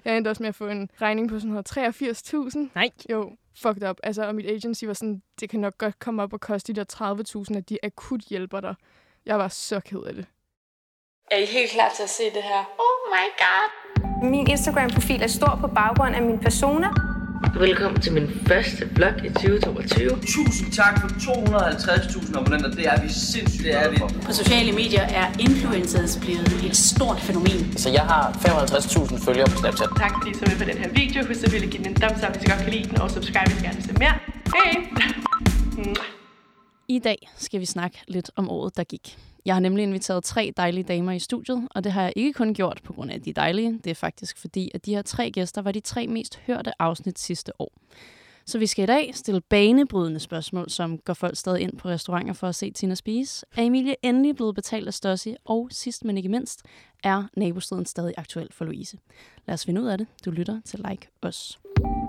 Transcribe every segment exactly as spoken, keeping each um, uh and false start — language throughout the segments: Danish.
Jeg endte også med at få en regning på sådan noget treogfirs tusind. Nej. Jo, fucked up. Altså, og mit agency var sådan, det kan nok godt komme op og koste de der tredive tusind, at de akut hjælper dig. Jeg var så ked af det. Er I helt klar til at se det her? Oh my god! Min Instagram-profil er stor på baggrund af min persona. Velkommen til min første vlog i tyve toogtyve. Tusind tak for to hundrede og halvtreds tusind abonnenter. Det er vi sindssygt det er vi. På sociale medier er influencers blevet et stort fænomen. Så jeg har femoghalvtreds tusind følgere på Snapchat. Tak fordi I så med på den her video. Husk selvfølgelig at give den en thumbs up, hvis I godt kan lide den. Og subscribe, hvis I gerne vil se mere. Hej! I dag skal vi snakke lidt om året, der gik. Jeg har nemlig inviteret tre dejlige damer i studiet, og det har jeg ikke kun gjort på grund af, at de er dejlige. Det er faktisk fordi, at de her tre gæster var de tre mest hørte afsnit sidste år. Så vi skal i dag stille banebrydende spørgsmål, som går folk stadig ind på restauranter for at se Tina spise. Er Emilie endelig blevet betalt af Stussi? Og sidst, men ikke mindst, er nabostriden stadig aktuel for Louise? Lad os finde ud af det. Du lytter til Like Os.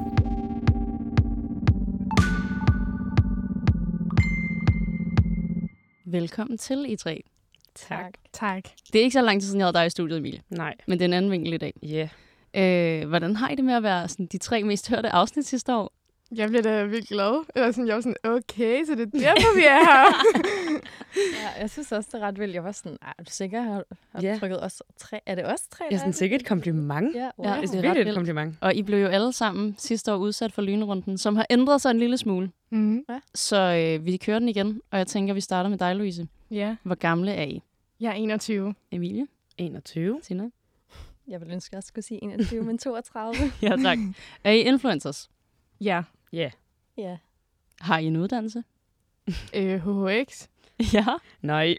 Velkommen til, I tre. Tak. Tak. Det er ikke så lang tid siden, jeg havde dig i studiet, Emilie. Nej. Men det er en anden vinkel i dag. Ja. Yeah. Øh, hvordan har I det med at være sådan, de tre mest hørte afsnit sidste år? Jeg blev da virkelig glad. Eller sådan, jeg var sådan, okay, så det er derfor, vi er her. Ja, jeg synes også, det er ret vildt. Jeg var sådan, er du sikker? Har, har Ja. du trykket også tre? Er det også tre? Jeg er sådan sikkert et kompliment. Ja, wow. Ja, Det er det er ret virkelig et vildt. kompliment. Og I blev jo alle sammen sidste år udsat for lynrunden, som har ændret sig en lille smule. Mm. Så øh, vi kører den igen, og jeg tænker, vi starter med dig, Louise. Ja, Hvor gamle er I? jeg er enogtyve. Emilie? enogtyve. Tina? Jeg ville ønske, at jeg skulle sige enogtyve, men toogtredive. Ja, tak. Er I influencers? Ja. Ja. Ja. Har I en uddannelse? Øh, H H X. Ja. Nej.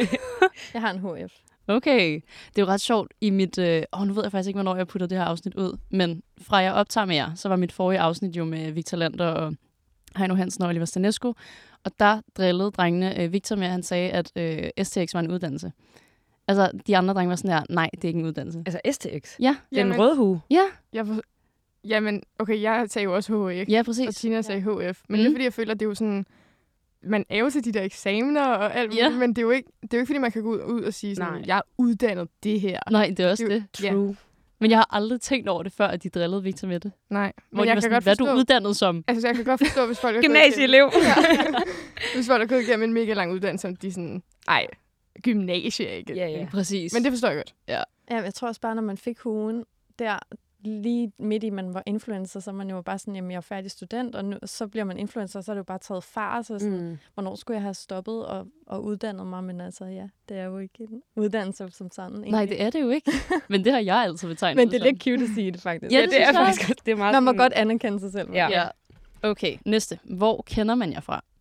Jeg har en H F. Okay. Det er jo ret sjovt i mit... Øh, åh, nu ved jeg faktisk ikke, hvornår jeg putter det her afsnit ud. Men fra jeg optager med jer, så var mit forrige afsnit jo med Victor Lander og Heino Hansen og Oliver Stanescu. Og der drillede drengene øh, Victor med, at han sagde, at øh, S T X var en uddannelse. Altså, de andre drenge var sådan her, nej, det er ikke en uddannelse. Altså S T X. Ja. Det er en Jamen- rød hue. Ja, Jeg for... Jamen, okay, jeg sagde jo også H H X. ja Og præcis. Tina sagde H F. Men Mm. det er fordi, jeg føler, at det er jo sådan... Man er jo til de der eksamener og alt Ja. muligt, men det er, jo ikke, det er jo ikke, fordi man kan gå ud, ud og sige sådan, Nej. jeg er uddannet det her. Nej, det er også Det er jo- det. Ja. True. Men jeg har aldrig tænkt over det, før at de drillede Victor med det. Nej, Hvor men de jeg var kan sådan, godt hvad er forstå... du uddannet som? Altså, jeg kan godt forstå, hvis folk er gået Gymnasieelev. igennem- hvis folk er gået igennem en mega lang uddannelse, som de er sådan, ej, gymnasie ikke. Ja, ja. Præcis. Men det forstår jeg godt. Ja, jeg tror også bare, når man fik hugen der lige midt i, man var influencer, så er man jo bare sådan, jamen jeg er færdig student, og nu, så bliver man influencer, så er det jo bare taget far, så sådan, Mm. hvornår skulle jeg have stoppet og, og uddannet mig, men altså ja, det er jo ikke en uddannelse som sådan. Nej, egentlig. det er det jo ikke. Men det har jeg altid betegnet Men det er som. lidt cute at sige det faktisk. Ja, Ja, det det er synes jeg faktisk også. Det er meget Man må sådan- godt anerkende sig selv. Ja. Ja. Okay, næste. Hvor kender man jer fra?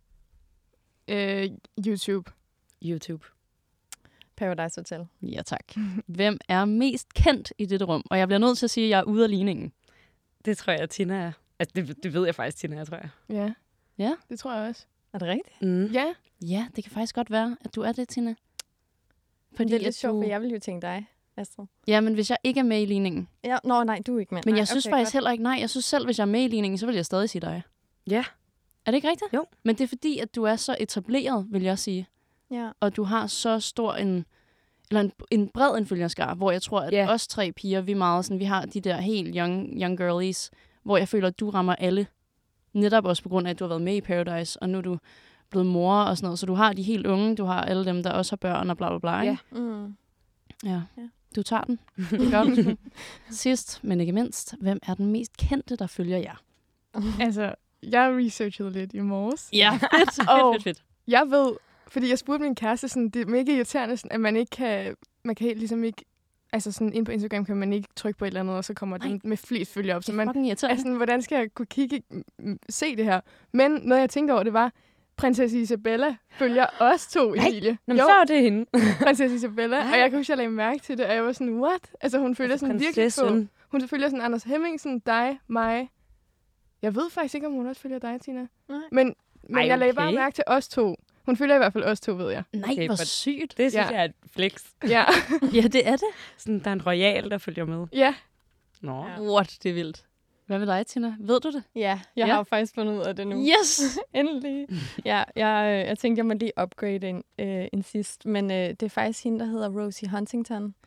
Øh, YouTube. YouTube. Paradise Hotel. Ja, tak. Hvem er mest kendt i dette rum? Og jeg bliver nødt til at sige, at jeg er ude af ligningen. Det tror jeg, Tina er. Altså, det, det ved jeg faktisk, Tina er, tror jeg. Ja. Ja. Det tror jeg også. Er det rigtigt? Mm. Ja. Ja, det kan faktisk godt være, at du er det, Tina. Fordi det er at lidt sjovt, du... for jeg vil jo tænke dig, Astrid. Ja, men hvis jeg ikke er med i ligningen. Ja, nå, nej, du er ikke med. Men nej, jeg synes okay, faktisk godt. heller ikke, nej, jeg synes selv, hvis jeg er med i ligningen, så vil jeg stadig sige dig. Ja. Er det ikke rigtigt? Jo. Men det er fordi, at du er så etableret, vil jeg sige. Ja. Og du har så stor en, eller en, en bred indfølgerskare, hvor jeg tror, at Ja. os tre piger, vi er meget sådan, vi har de der helt young, young girlies, hvor jeg føler, at du rammer alle. Netop også på grund af, at du har været med i Paradise, og nu er du blevet mor og sådan noget. Så du har de helt unge, du har alle dem, der også har børn og bla bla bla. Ja. Ikke? Mm. Ja. Ja. Du tager den. Det gør du sgu. Sidst, men ikke mindst, hvem er den mest kendte, der følger jer? Altså, jeg researchede lidt i morges. Ja, fedt, fedt, Og fedt, fedt. jeg ved, fordi jeg spurgte min kæreste, sådan, det er mega irriterende, sådan, at man ikke kan, man kan helt ligesom ikke, altså sådan ind på Instagram kan man ikke trykke på et eller andet, og så kommer Nej. den med flest følger op. Så Det er man fucking er irriterende. sådan, hvordan skal jeg kunne kigge, mm, se det her? Men noget, jeg tænkte over, det var, prinsesse Isabella følger os to, Emilie. Nå, men så er det hende. prinsesse Isabella. Og jeg kan huske, jeg lagde mærke til det, og jeg var sådan, what? Altså, hun følger sådan virkelig på. Hun følger sådan Anders Hemmingsen, dig, mig. Jeg ved faktisk ikke, om hun også følger dig, Tina. Nej. Men, men Ej, jeg lagde bare okay. mærke til os to. Hun følger i hvert fald os to, ved jeg. Nej, Okay, hvor but- sygt. Det synes Ja. jeg er et flex. Ja. Ja, det er det. Sådan, der er en royal, der følger med. ja. Nå. Ja. What, det er vildt. Hvad med dig, Tina? Ved du det? Ja, jeg Ja. har faktisk fundet ud af det nu. Yes! Endelig. Ja, jeg, øh, jeg tænkte, jeg må lige upgrade en, øh, en sidst. Men øh, det er faktisk hende, der hedder Rosie Huntington.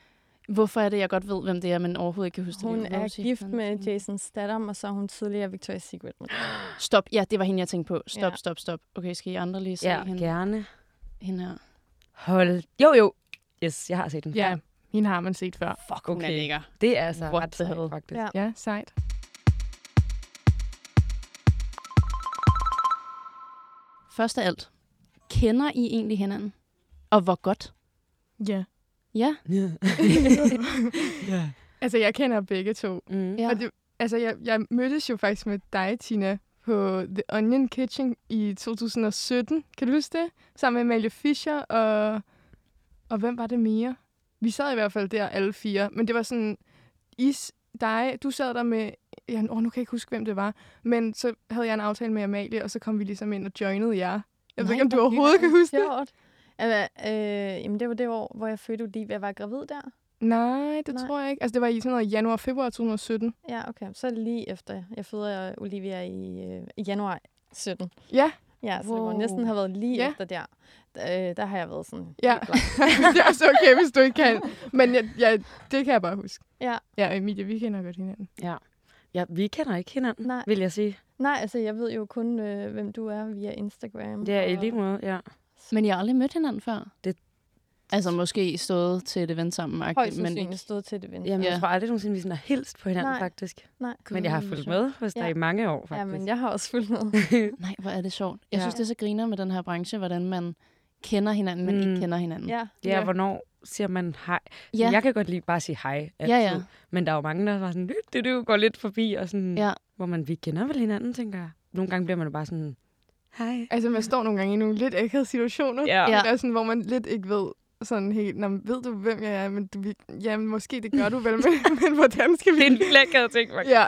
Hvorfor er det, jeg godt ved, hvem det er, men overhovedet ikke kan huske hun det? Hun er gift med Jason Statham, og så er hun tidligere Victoria's Secret. Stop. Ja, det var hende, jeg tænkte på. Stop, ja. stop, stop. Okay, skal I andre lige se ja, hende? gerne. Hende her. Hold. Jo, jo. Yes, jeg har set den. Ja, hende har man set før. Fuck, hun okay. er Det er altså What ret sejt, faktisk. Ja, ja sejt. Først af alt, kender I egentlig hinanden? Og hvor godt? Ja. Ja? Ja. ja. Altså, jeg kender begge to. Mm. Ja. Og det, altså, jeg, jeg mødtes jo faktisk med dig, Tina, på The Onion Kitchen i to tusind og sytten. Kan du huske det? Sammen med Amalie Fischer og... Og hvem var det mere? Vi sad i hvert fald der, alle fire. Men det var sådan... Is, dig, du sad der med... Ja, åh, nu kan jeg ikke huske, hvem det var. Men så havde jeg en aftale med Amalie, og så kom vi ligesom ind og joinede jer. Jeg ved ikke, om du overhovedet kan huske det. Altså, øh, jamen, det var det år, hvor jeg fødte Olivia. Var jeg gravid der? Nej, det Nej. tror jeg ikke. Altså, det var i sådan noget januar februar to tusind og sytten. Ja, okay. Så lige efter. Jeg føder Olivia i, øh, i januar sytten. Ja. Ja, så wow. det må næsten have været lige ja. efter der. Øh, der har jeg været sådan... Ja, det er også okay, hvis du ikke kan. Men jeg, jeg, det kan jeg bare huske. Ja. Ja, Emilie, vi kender godt hinanden. Ja. Ja, vi kender ikke hinanden, Nej. vil jeg sige. Nej, altså jeg ved jo kun, øh, hvem du er via Instagram. Ja, i lige måde, ja. Men jeg har aldrig mødt hinanden før? Det... Altså måske stået til et event sammen. Højst men ikke stået til et event. Jamen, ja. jeg tror aldrig nogensinde, vi sådan har hilst på hinanden, Nej. faktisk. Nej. Men jeg har fulgt med hos dig ja. i mange år, faktisk. Ja, men jeg har også fulgt med. Nej, hvor er det sjovt. Jeg ja. synes, det er så griner med den her branche, hvordan man kender hinanden, men mm. ikke kender hinanden. Ja. ja, ja, hvornår siger man hej? Ja. Jeg kan godt lide bare at sige hej altid. Ja, ja. Men der er jo mange, der var sådan, det du går lidt forbi, og sådan, ja. hvor man, vi kender vel hinanden, tænker jeg. Nogle gange bliver man jo bare sådan, hej. Altså, man står nogle gange i nogle lidt akavede situationer, ja. Ja. Der, sådan, hvor man lidt ikke ved, sådan helt, Nå, ved du, hvem jeg er? Men du, ja, måske det gør du vel, men, men hvordan skal vi... Det er en lækker ting, faktisk. Ja.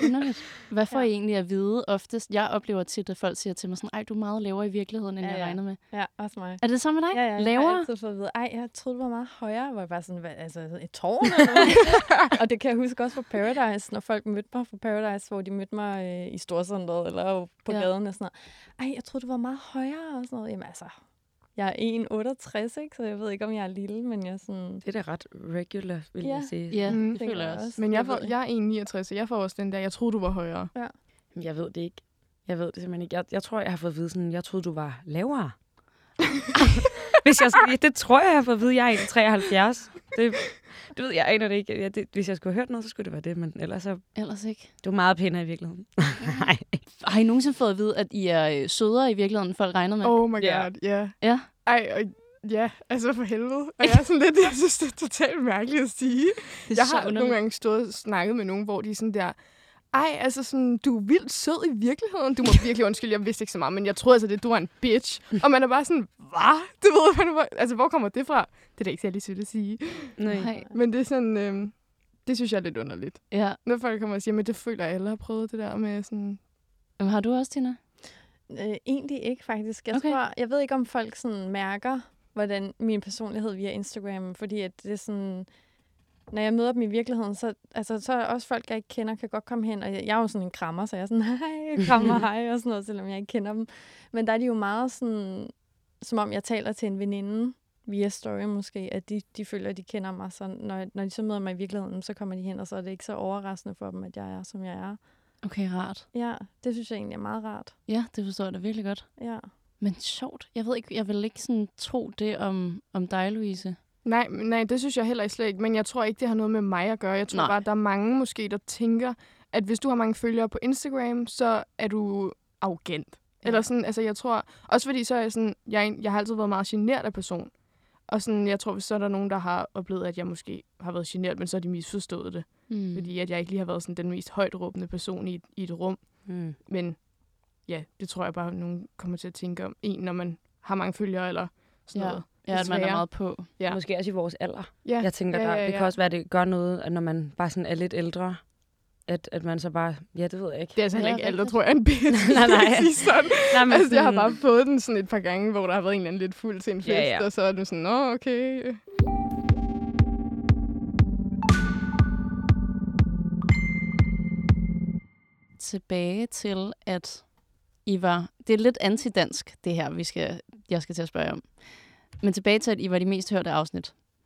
Hvad får ja. I egentlig at vide oftest? Jeg oplever tit, at folk siger til mig sådan, ej, du er meget lavere i virkeligheden, end ja, jeg ja. regner med. Ja, også mig. Er det så med dig? Ja, ja. Lavere? Jeg har altid fået at vide, ej, jeg troede, du var meget højere. Hvor jeg bare sådan, hvad, altså et tårn eller noget. Og det kan jeg huske også fra Paradise, når folk mødte mig fra Paradise, hvor de mødte mig øh, i Storcenteret eller på ja. gaden og sådan noget. Ej, jeg troede, du var meget højere og sådan noget. Jamen altså... Jeg er en komma otteogtres, ikke? Så jeg ved ikke, om jeg er lille, men jeg er sådan... Det er da ret regular, vil ja. jeg sige. Ja, mm, det føler jeg også. Men jeg, får, jeg er en komma niogtres, så jeg får også den der, jeg troede, du var højere. Ja. Jeg ved det ikke. Jeg ved det simpelthen ikke. Jeg, jeg tror, jeg har fået at vide sådan, jeg troede, du var lavere. hvis jeg, det tror jeg, jeg har fået at vide, jeg er en komma treoghalvfjerds. Det, det ved jeg aner det ikke. Ja, det, hvis jeg skulle have hørt noget, så skulle det være det, men ellers så... Ellers ikke. Du er meget pænere i virkeligheden. Nej. Har I nogensinde fået at vide, at I er sødere i virkeligheden, folk regner med? Oh my god, ja. Yeah. Ja? Ej, og ja, altså for helvede. Og jeg er sådan lidt, jeg synes, det er totalt mærkeligt at sige. Jeg har underligt. nogle gange stået og snakket med nogen, hvor de er sådan der, ej, altså sådan, du er vildt sød i virkeligheden. Du må virkelig undskylde, jeg vidste ikke så meget, men jeg troede altså, det du var en bitch. Og man er bare sådan, hvad? Det ved man, altså hvor kommer det fra? Det er da ikke særlig sødt at sige. Nej. Men det er sådan, øhm, det synes jeg er lidt underligt. Ja. Når folk kommer og siger, men det føler jeg, alle har prøvet det der med sådan... Jamen, har du også, Tina? Øh, egentlig ikke, faktisk. Jeg, okay. tror, jeg ved ikke, om folk sådan mærker, hvordan min personlighed via Instagram, fordi at det er sådan... Når jeg møder dem i virkeligheden, så, altså, så er også folk, jeg ikke kender, kan godt komme hen, og jeg, jeg er jo sådan en krammer, så jeg er sådan, hej, krammer, hej, og sådan noget, selvom jeg ikke kender dem. Men der er de jo meget sådan, som om jeg taler til en veninde via story måske, at de, de føler, at de kender mig. Så når, når de så møder mig i virkeligheden, så kommer de hen, og så er det ikke så overraskende for dem, at jeg er, som jeg er. Okay, rart. Ja, det synes jeg egentlig er meget rart. Ja, det forstår jeg da virkelig godt. Ja. Men sjovt. Jeg ved ikke, jeg vil ikke sådan tro det om, om dig, Louise. Nej, nej, det synes jeg heller slet ikke, men jeg tror ikke, det har noget med mig at gøre. Jeg tror nej. bare, at der er mange måske, der tænker, at hvis du har mange følgere på Instagram, så er du arrogant. Ja. Eller sådan, altså jeg tror, også fordi så er jeg sådan, jeg, jeg har altid været meget genert af person. Og sådan, jeg tror, hvis så er der nogen, der har oplevet, at jeg måske har været genert, men så har de misforstået det. Mm. Fordi at jeg ikke lige har været sådan den mest højtråbende person i et, i et rum. Mm. Men ja, det tror jeg bare, at nogen kommer til at tænke om en, når man har mange følgere eller sådan ja. noget. Ja, at man er meget på. Ja. Måske også i vores alder. Ja. Jeg tænker, ja, ja, ja. Der, det kan også være, at det gør noget, at når man bare sådan er lidt ældre, at, at man så bare... Ja, det ved jeg ikke. Det er altså heller ikke alle, der tror jeg er en bitch. nej, nej. nej men altså, jeg har bare fået den sådan et par gange, hvor der har været en eller anden lidt fuld til en fest, ja, ja. Og så er det sådan, åh, okay. Tilbage til, at I var... Det er lidt antidansk, det her, vi skal, jeg skal til at spørge om. Men tilbage til, at I var de mest hørte afsnit.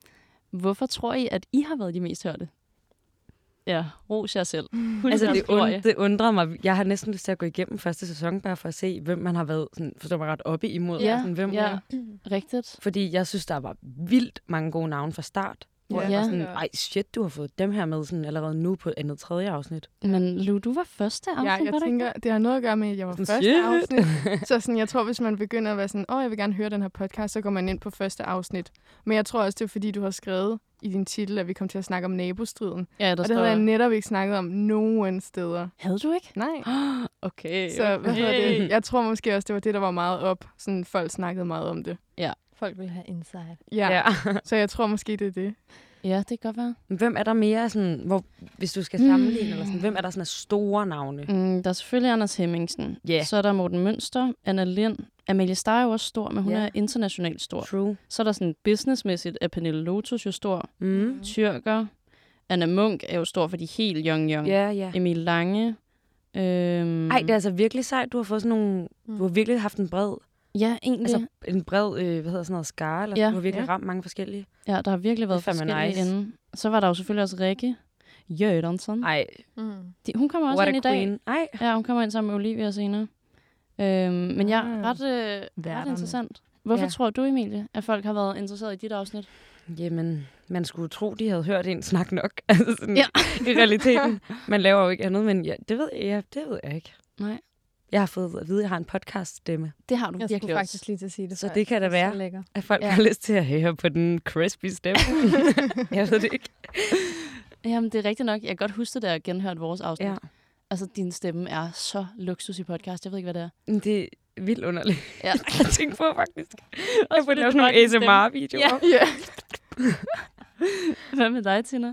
Hvorfor tror I, at I har været de mest hørte? Ja, ros jer selv. Altså, det, und, det undrer mig. Jeg har næsten lyst til at gå igennem første sæson, bare for at se, hvem man har været, sådan, forstår mig ret, oppe imod. Ja, sådan, hvem ja. Rigtigt. Fordi jeg synes, der var vildt mange gode navne fra start. Hvor ja. jeg var sådan, ej shit, du har fået dem her med sådan, allerede nu på andet tredje afsnit. Men Lu, du var første afsnit, Ja, jeg var det tænker, ikke? det har noget at gøre med, at jeg var Shit. første afsnit. Så sådan, jeg tror, hvis man begynder at være sådan, åh, jeg vil gerne høre den her podcast, så går man ind på første afsnit. Men jeg tror også, det er fordi, du har skrevet i din titel, at vi kom til at snakke om nabostriden. Ja, der og det står... havde jeg netop ikke snakket om nogen steder. Havde du ikke? Nej. Okay. Så hvad hedder det? Jeg tror måske også, det var det, der var meget op. Sådan, folk snakkede meget om det. Ja. Folk vil have insight. Ja, Ja. så jeg tror måske, det er det. Ja, det kan godt være. Hvem er der mere sådan, hvor, hvis du skal sammenligne, mm. eller sådan, hvem er der sådan store navne? Mm, der er selvfølgelig Anders Hemmingsen. Yeah. Så er der Morten Mønster, Anna Lind. Amalie Starr er jo også stor, men hun Ja. er internationalt stor. True. Så er der sådan businessmæssigt, er Pernille Lotus jo stor. Mm. Tyrker. Anna Munk er jo stor for de helt young young. Ja, ja. Emil Lange. Øhm, Ej, det er altså virkelig sejt. Du har fået sådan nogle, Mm. du har virkelig haft en bred, Ja, egentlig. altså en bred, øh, hvad hedder sådan noget, skare, eller Ja. ja. Du har virkelig Ja. ramt mange forskellige. Ja, der har virkelig været Det er fandme forskellige nice. inde. Så var der jo selvfølgelig også Rikke Jørgensen. Ej, Mm. De, hun kommer også what ind a i dag. queen. Ej. Ja, hun kommer ind sammen med Olivia senere. Øhm, men ja, Ah. ret, øh, ret Værterne. interessant. Hvorfor Ja. tror du, Emilie, at folk har været interesseret i dit afsnit? Jamen, man skulle tro, de havde hørt en snak nok. Altså sådan, Ja. i realiteten. Man laver jo ikke andet, men ja, det, ved jeg, ja, det ved jeg ikke. Nej. Jeg har fået at vide, at jeg har en podcaststemme. Det har du Jeg virkelig skulle også. faktisk lige til at sige det. Så før. det kan da er være. Så lækker. At folk Ja. ja. har lyst til at høre på den crispy stemme. Jeg ved det ikke. Jamen, det er rigtigt nok. Jeg kan godt huske det, da jeg genhørte vores afsnit. Ja. Altså, din stemme er så luksus i podcast. Jeg ved ikke, hvad det er. Det er vildt underligt. Ja. Jeg tænker på, faktisk. Jeg burde fordi lave du sådan har nogle din A S M R-videoer. Ja. Ja. Hvad med dig, Tina?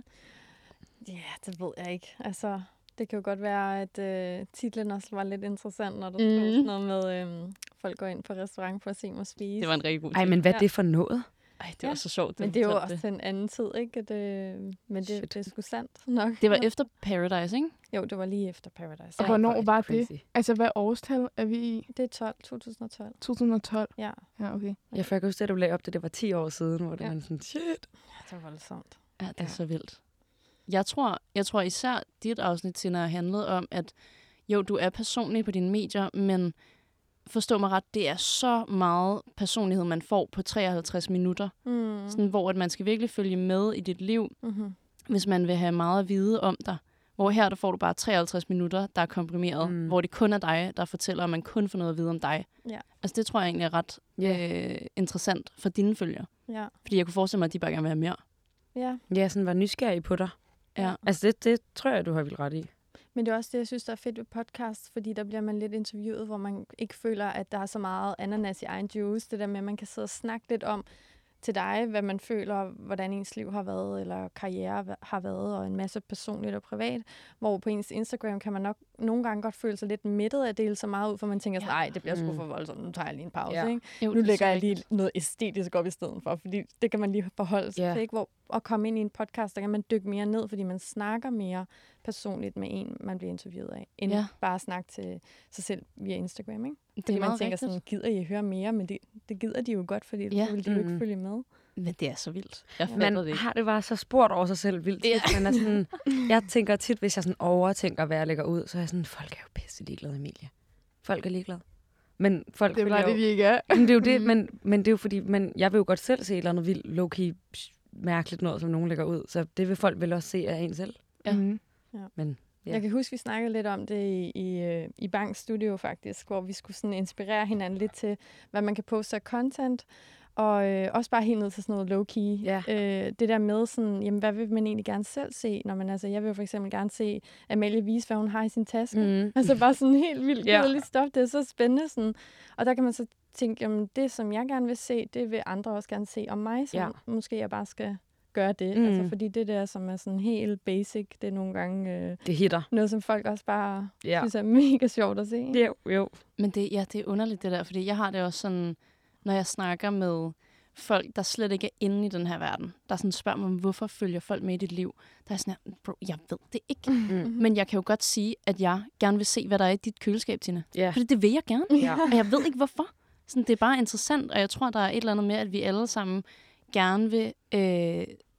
Ja, det ved jeg ikke. Altså, det kan jo godt være, at øh, titlen også var lidt interessant, når der Mhm. stod sådan noget med, øh, folk går ind på restaurant for at se mig spise. Det var en rigtig god Ej, men hvad er det for noget? Ej, det Ja. var så sjovt. Men du det er jo fortalte også en anden tid, ikke? At, øh, men det, Shit. det er sgu sandt nok. Det var efter Paradise, ikke? Jo, det var lige efter Paradise. Og Ja, hvornår hvor er var det det? Altså, hvad årstal er vi i? det er tolv, to tusind og tolv. to tusind og tolv? Ja, Ja, okay. Jeg får ikke huske, at du lagde op det, det var ti år siden, hvor det Ja. var sådan, shit. det var voldsomt. Ja, det er Ja. så vildt. Jeg tror, jeg tror især, dit afsnit, Tina, har handlet om, at jo, du er personlig på dine medier, men forstå mig ret, det er så meget personlighed, man får på treoghalvtreds minutter. Mm. Sådan, hvor at man skal virkelig følge med i dit liv, Mm-hmm. hvis man vil have meget at vide om dig. Hvor her, der får du bare treoghalvtreds minutter, der er komprimeret, Mm. mm. hvor det kun er dig, der fortæller, og man kun får noget at vide om dig. Ja. Altså, det tror jeg egentlig er ret øh, interessant for dine følgere. Ja. Fordi jeg kunne forestille mig, at de bare gerne vil have mere. Ja, Ja, sådan var nysgerrig på dig. Ja. Altså, det, det tror jeg, du har vildt ret i. men det er også det, jeg synes, der er fedt ved podcast, fordi der bliver man lidt interviewet, hvor man ikke føler, at der er så meget ananas i egen juice. Det der med, at man kan sidde og snakke lidt om til dig, hvad man føler, hvordan ens liv har været, eller karriere har været, og en masse personligt og privat. Hvor på ens Instagram kan man nok nogle gange godt føle sig lidt mættet af at dele så meget ud, for man tænker sådan, nej, det bliver sgu Mm. for voldsomt, nu tager jeg lige en pause, Ja. ikke? Jo, Nu det er lægger så jeg lige rigtigt. noget æstetisk op i stedet for, fordi det kan man lige forholde sig Ja. til, ikke? Hvor at komme ind i en podcast, der kan man dykke mere ned, fordi man snakker mere personligt med en, man bliver interviewet af, end Ja. ja. bare at snakke til sig selv via Instagram, ikke? Det Fordi er man meget tænker rigtigt. sådan, gider I høre mere? Men det, det gider de jo godt, fordi Ja. ja. vil de jo ikke Mhm. følge med. Men det er så vildt. Jeg Ja. fatter Man det ikke. har det bare så spurgt over sig selv vildt. Ja. Man er sådan, jeg tænker tit, hvis jeg sådan overtænker, hvad jeg lægger ud, så er jeg sådan, folk er jo pisse ligeglade, Emilie. Folk er ligeglade. Men folk Det er vil bare jo... det, vi ikke er. Men det er jo det, men, men det er jo fordi, men jeg vil jo godt selv se et eller andet vildt low-key mærkeligt noget, som nogen lægger ud. Så det vil folk vel også se af en selv. Ja. Mm. Men Ja. Ja. Jeg kan huske, vi snakkede lidt om det i, i, øh, i Banks Studio faktisk, hvor vi skulle sådan inspirere hinanden lidt til, hvad man kan poste af content, og øh, også bare helt ned til sådan noget low-key. Ja. Øh, det der med sådan, jamen hvad vil man egentlig gerne selv se? Når man, altså, jeg vil jo for eksempel gerne se Amalie vise, hvad hun har i sin taske. Mm. Altså bare sådan helt vildt Ja. kedeligt stof. Det er så spændende. Sådan. Og der kan man så tænke, jamen det, som jeg gerne vil se, det vil andre også gerne se om mig. Så Ja. ja. måske jeg bare skal gøre det. Mm. Mm. Altså, fordi det der, som er sådan helt basic, det er nogle gange øh, Det hitter. noget, som folk også bare Ja. ja. synes er mega sjovt at se. Det er jo, jo. Men det, ja, det er underligt det der, fordi jeg har det også sådan, når jeg snakker med folk, der slet ikke er inde i den her verden, der sådan spørger mig, hvorfor følger folk med i dit liv? Der er sådan her, bro, jeg ved det ikke. Mm. Men jeg kan jo godt sige, at jeg gerne vil se, hvad der er i dit køleskab, Tina. Ja. Fordi det vil jeg gerne, Ja. og jeg ved ikke hvorfor. Sådan, det er bare interessant, og jeg tror, der er et eller andet med, at vi alle sammen gerne vil øh,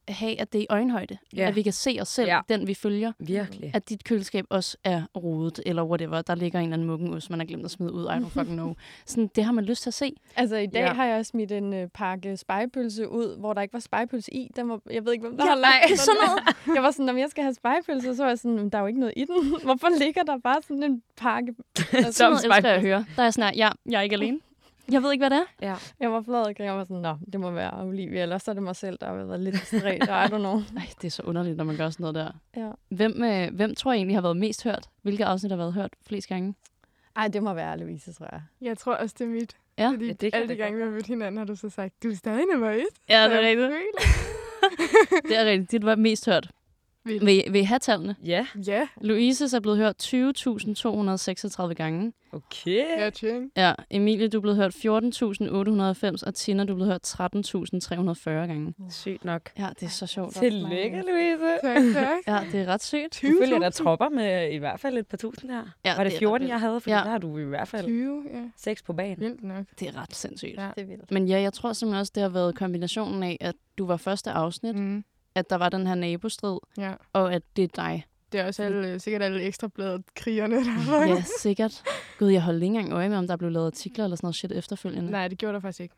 have, at det er i øjenhøjde. Ja. At vi kan se os selv, Ja. den vi følger. Virkelig. At dit køleskab også er rodet, eller whatever. Der ligger en eller anden muggenost, man har glemt at smide ud. I don't fucking know. Sådan, det har man lyst til at se. Altså i dag Ja. ja. har jeg smidt en øh, pakke spegepølse ud, hvor der ikke var spegepølse i. Den var, jeg ved ikke, hvem der Ja, har lagt det er sådan noget. Jeg var sådan, om jeg skal have spegepølse, så var jeg sådan, der er jo ikke noget i den. Hvorfor ligger der bare sådan en pakke? Altså, sådan noget elsker jeg at høre. Der er sådan her, ja, jeg er ikke alene. Jeg ved ikke, hvad det er. Ja. Jeg var flad, og jeg var sådan, nå, det må være Olivia, eller så er det mig selv, der har været lidt distræt, I don't know. Ej, det er så underligt, når man gør sådan noget der. Ja. Hvem, øh, hvem tror jeg egentlig har været mest hørt? Hvilke afsnit har været hørt flest gange? Ej, det må være Louise, tror jeg. Jeg tror også, det er mit. Ja. Fordi Ja, det kan alle de det gange, vi har mødt hinanden, har du så sagt, du er stadig nummer et. Ja, det Så er jeg rigtigt. føler- Det er rigtigt. Det var mest hørt. Vildt. Vil, vil I have tallene? Ja. Ja, Louise er blevet hørt tyve tusind to hundrede og seksogtredive gange. Okay. ja, tjeng. Ja, Emilie, du er blevet hørt fjorten tusind otte hundrede og halvfems, og Tina, du er blevet hørt tretten tusind tre hundrede og fyrre gange. Sygt nok. Ja, det er så sjovt. Tillykke, Louise. Tak, tak. Ja, det er ret sygt. tyve Du følger der tusind. tropper med i hvert fald et par tusind her. Ja, Var det det er fjorten, ret jeg havde? Fordi Ja. der har du i hvert fald tyve, ja. seks på banen. Vildt nok. Det er ret sindssygt. Ja. Det er vildt. Men ja, jeg tror simpelthen også, det har været kombinationen af, at du var første afsnit, mm. Mm. at der var den her nabostrid, Ja. og at det er dig. Det er også alle, sikkert alle ekstrabladet krigerne, der var. Ja, sikkert. Gud, jeg holdt ikke engang øje med, om der blev lavet artikler eller sådan noget shit efterfølgende. Nej, det gjorde der faktisk ikke.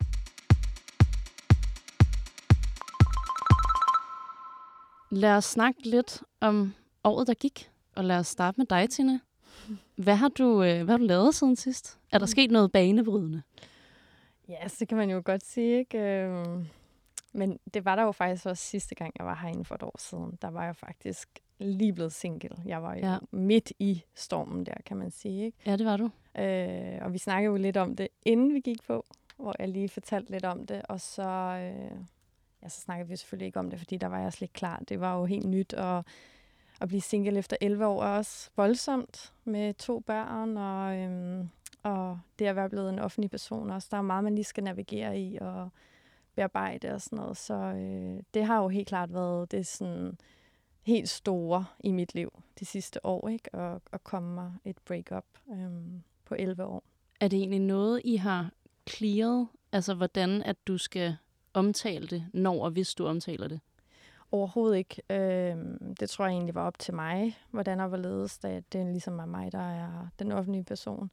Lad os snakke lidt om året, der gik, og lad os starte med dig, Tina. Hvad har du, øh, hvad har du lavet siden sidst? Er der sket noget banebrydende? Ja, så kan man jo godt sige, ikke? Øhm, Men det var der jo faktisk også sidste gang, jeg var herinde for et år siden. Der var jeg faktisk lige blevet single. Jeg var jo Ja. midt i stormen der, kan man sige, ikke? Ja, det var du. Øh, og vi snakkede jo lidt om det, inden vi gik på, hvor jeg lige fortalte lidt om det. Og så, øh, ja, så snakkede vi selvfølgelig ikke om det, fordi der var jeg slet ikke klar. Det var jo helt nyt, og at blive single efter elleve år er også voldsomt med to børn, og, øhm, og det at være blevet en offentlig person også. Der er meget, man lige skal navigere i og bearbejde og sådan noget. Så øh, det har jo helt klart været det sådan helt store i mit liv de sidste år, ikke? Og, og komme mig et break-up øhm, på elleve år. Er det egentlig noget, I har clearet? Altså, hvordan at du skal omtale det, når og hvis du omtaler det? Overhovedet ikke. Øhm, det tror jeg egentlig var op til mig, hvordan og hvorledes, da det ligesom er mig, der er den offentlige person.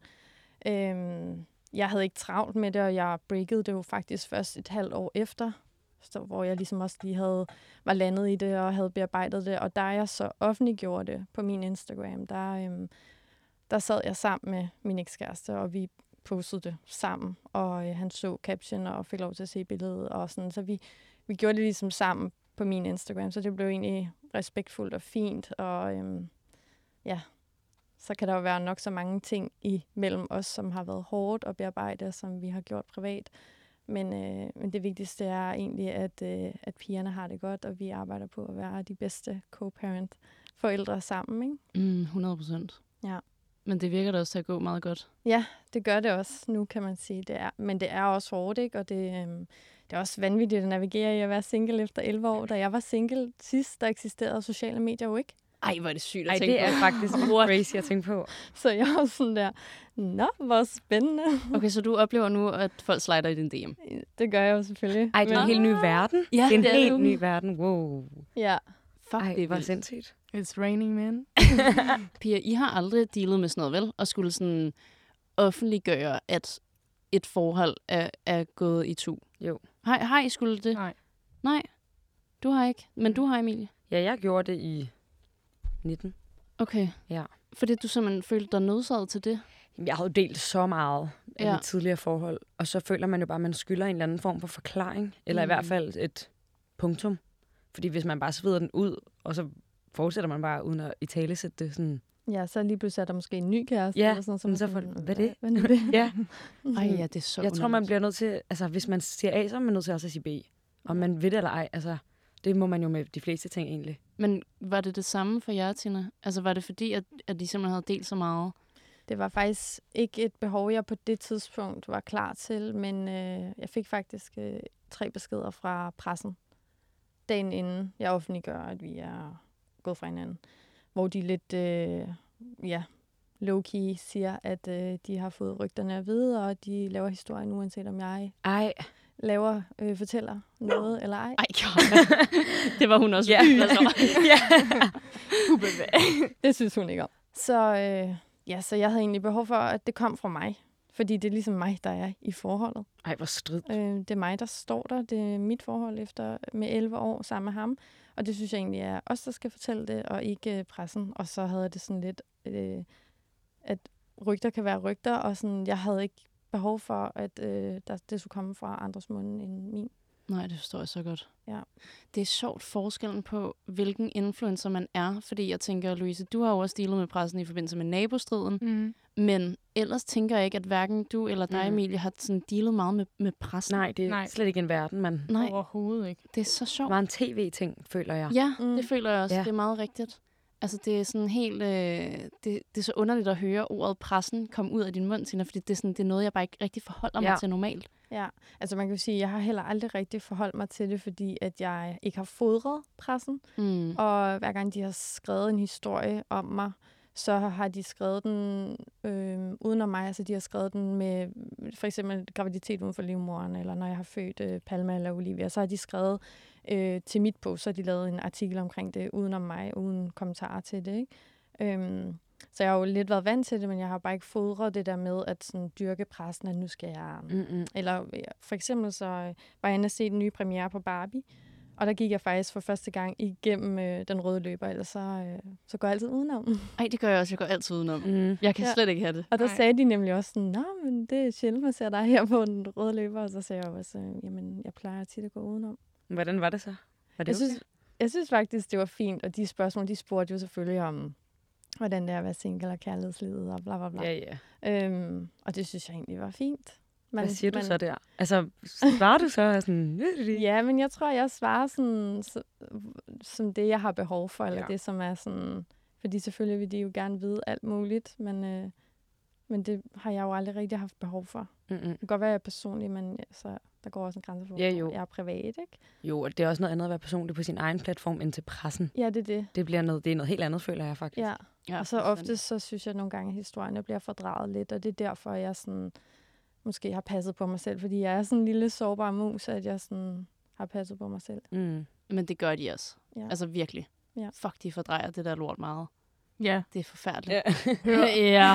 Øhm, jeg havde ikke travlt med det, og jeg breakede det jo faktisk først et halvt år efter, så, hvor jeg ligesom også lige havde, var landet i det og havde bearbejdet det. Og da jeg så offentliggjorde det på min Instagram, der, øhm, der sad jeg sammen med min ekskæreste, og vi postede det sammen. Og øh, han så caption og fik lov til at se billedet og sådan. Så vi, vi gjorde det ligesom sammen på min Instagram, så det blev egentlig respektfuldt og fint. Og øhm, ja, så kan der jo være nok så mange ting imellem os, som har været hårdt at bearbejde, som vi har gjort privat. Men, øh, men det vigtigste er egentlig, at, øh, at pigerne har det godt, og vi arbejder på at være de bedste co-parent forældre sammen, ikke? Mm, hundrede procent. Ja. Men det virker da også til at gå meget godt. Ja, det gør det også nu, kan man sige. Det er, men det er også hårdt, ikke? Og det, øhm, det er også vanvittigt at navigere i at være single efter elleve år. Da jeg var single sidst, der eksisterede sociale medier jo ikke. Ej, hvor er det sygt at Ej, tænke det er på. faktisk crazy at tænke på. Så jeg var sådan der, nå, hvor spændende. Okay, så du oplever nu, at folk slider i din D M? Det gør jeg jo selvfølgelig. Ej, det er en Men- helt ny verden. Ja, det er en det er helt det. ny verden. Wow. Ja. Fuck, Ej, det er hvor vildt. sindssygt. It's raining, man. Pia, I har aldrig dealet med sådan noget, vel? Og skulle sådan offentliggøre, at et forhold er, er gået i tu. Jo. Har, har I skulle det? Nej. Nej, du har ikke. Men du har, Emilie. Ja, jeg gjorde det i nitten. Okay. Ja. Fordi du simpelthen følte dig nødsaget til det? Jamen, jeg havde jo delt så meget af Ja. mit tidligere forhold, og så føler man jo bare, at man skylder en eller anden form for forklaring, eller mm. i hvert fald et punktum. Fordi hvis man bare svider den ud, og så fortsætter man bare uden at italesætte det sådan. Ja, så lige pludselig er der måske en ny kæreste. Ja, eller sådan, men så man får sådan, hvad er det? Hvad er det? Ja. Ej, ja, det er så Jeg tror, man bliver nødt til, altså hvis man siger A, så er man nødt til også at sige B. Om man ved det eller ej, altså det må man jo med de fleste ting egentlig. Men var det det samme for jer, Tina? Altså var det fordi, at, at de simpelthen havde delt så meget? Det var faktisk ikke et behov, jeg på det tidspunkt var klar til, men øh, jeg fik faktisk øh, tre beskeder fra pressen, dagen inden jeg offentliggør, at vi er gået fra hinanden. Hvor de lidt, øh, ja, low-key siger, at øh, de har fået rygterne at vide, og de laver historien, uanset om jeg Ej. laver, øh, fortæller noget, eller ej. Ej, det var hun også. Ja. Det synes hun ikke om. Så, øh, ja, så jeg havde egentlig behov for, at det kom fra mig. Fordi det er ligesom mig, der er i forholdet. Ej, hvor strid. Øh, det er mig, der står der. Det er mit forhold efter med elleve år sammen med ham. Og det synes jeg egentlig er os, der skal fortælle det, og ikke pressen. Og så havde det sådan lidt, øh, at rygter kan være rygter, og sådan, jeg havde ikke behov for, at øh, der, det skulle komme fra andres munde end min. Nej, det forstår jeg så godt. Ja. Det er sjovt forskellen på, hvilken influencer man er. Fordi jeg tænker, Louise, du har jo også dealet med pressen i forbindelse med nabostriden. Mm. Men ellers tænker jeg ikke, at hverken du eller dig, Mm. Emilie, har sådan dealet meget med, med pressen. Nej, det er Nej. slet ikke en verden, man. Nej, Overhovedet ikke. det er så sjovt. Det var en tv-ting, føler jeg. Ja, Mm. det føler jeg også. Ja. Det er meget rigtigt. Altså, det er sådan helt... Øh, det, det er så underligt at høre ordet pressen komme ud af din mund, Tina, fordi det er, sådan, det er noget, jeg bare ikke rigtig forholder mig Ja. til normalt. Ja, altså man kan jo sige, at jeg har heller aldrig rigtig forholdt mig til det, fordi at jeg ikke har fodret pressen. Mm. Og hver gang de har skrevet en historie om mig, så har de skrevet den øh, uden om mig. Altså de har skrevet den med for eksempel graviditet uden for livmoderen, eller når jeg har født øh, Palma eller Olivia, så har de skrevet øh, til mit post, så har de lavet en artikel omkring det uden om mig, uden kommentarer til det. Ikke? Øhm, så jeg har jo lidt været vant til det, men jeg har bare ikke fodret det der med at sådan, dyrke pressen, at nu skal jeg... Mm-mm. Eller for eksempel så øh, var jeg inde og se den nye premiere på Barbie, og der gik jeg faktisk for første gang igennem øh, den røde løber, ellers så, øh, så går jeg altid udenom. Ej, det gør jeg også. Jeg går altid udenom. Mm. Jeg kan Ja. slet ikke have det. Og der Nej. sagde de nemlig også sådan, nå, men det er sjældent, man ser dig her på den røde løber, og så sagde jeg også, øh, jamen, jeg plejer tit at gå udenom. Hvordan var det så? Var det Jeg okay? synes, jeg synes faktisk, det var fint, og de spørgsmål, de spurgte jo selvfølgelig om, hvordan det er at være single og kærlighedslivet og bla bla bla. Ja, ja. Øhm, og det synes jeg egentlig var fint. Man, Hvad siger man, du så der? Altså, svarer du så sådan... Ja, men jeg tror, jeg svarer sådan, så, som det, jeg har behov for, eller Ja. det, som er sådan... Fordi selvfølgelig vil de jo gerne vide alt muligt, men, øh, men det har jeg jo aldrig rigtig haft behov for. Mm-mm. Det kan godt være, at jeg er personlig, men så, der går også en grænse for, Ja, jo. jeg er privat, ikke? Jo, og det er også noget andet at være personlig på sin egen platform end til pressen. Ja, det er det. Det bliver noget, det er noget helt andet, føler jeg faktisk. Ja, Ja, og så ofte så synes jeg nogle gange, at historierne bliver fordraget lidt, og det er derfor, jeg sådan, måske har passet på mig selv, fordi jeg er sådan en lille sårbar mus, at jeg sådan har passet på mig selv. Mm. Men det gør de også. Ja. Altså virkelig. Ja. Fuck, de fordrejer det der lort meget. Ja. Det er forfærdeligt. Ja. ja.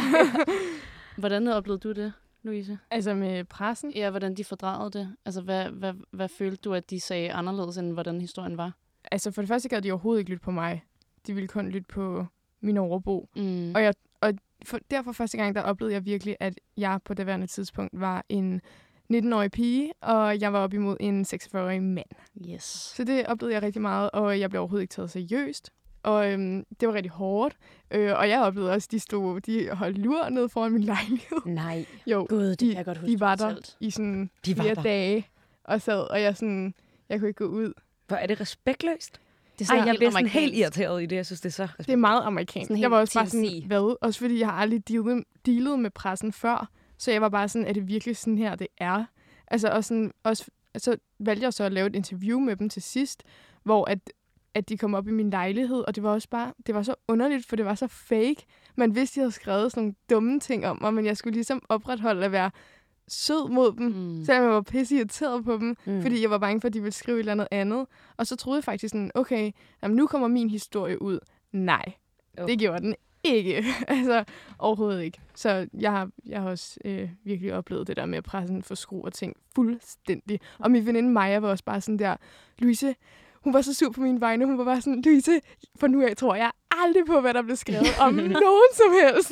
Hvordan oplevede du det, Louise? Altså med pressen? Ja, hvordan de fordrejede det. Altså, hvad, hvad, hvad følte du, at de sagde anderledes, end hvordan historien var? Altså for det første gad de overhovedet ikke lytte på mig. De ville kun lytte på min overbo. Mm. Og, jeg, og for, derfor første gang, der oplevede jeg virkelig, at jeg på det værende tidspunkt var en nitten-årig pige, og jeg var op imod en seksogfyrre-årig mand. Yes. Så det oplevede jeg rigtig meget, og jeg blev overhovedet ikke taget seriøst. Og øhm, det var rigtig hårdt. Øh, og jeg oplevede også, at de stod, de holdt lur ned foran min lejlighed. Nej. Jo, Gud, det de, kan jeg godt huske, de var du der fortalte. i sådan De var flere der. dage og sad, og jeg sådan, jeg kunne ikke gå ud. Hvor er det respektløst? Det er Ej, jeg helt bliver sådan amerikansk. helt irriteret i det. Jeg synes, det er så respektløst. Det er meget amerikansk. Sådan Jeg var helt også bare T sådan, C. hvad? Også fordi jeg har aldrig dealet, dealet med pressen før. Så jeg var bare sådan, er det virkelig sådan her, det er? Altså, og sådan, også, så valgte jeg så at lave et interview med dem til sidst, hvor at, at de kom op i min lejlighed, og det var også bare, det var så underligt, for det var så fake. Man vidste, de havde skrevet sådan nogle dumme ting om mig, men jeg skulle ligesom opretholde at være sød mod dem, Mm. selvom jeg var pisse irriteret på dem, Mm. mm. fordi jeg var bange for, at de ville skrive et eller andet andet. Og så troede jeg faktisk sådan, okay, jamen nu kommer min historie ud. Nej, Jo. det gjorde den ikke. altså, overhovedet ikke. Så jeg har, jeg har også øh, virkelig oplevet det der med, at pressen forskruer ting fuldstændig. Og min veninde Maja var også bare sådan der, Louise, hun var så sur på mine vegne. Hun var bare sådan, Louise, for nu af tror jeg aldrig på, hvad der blev skrevet om nogen som helst.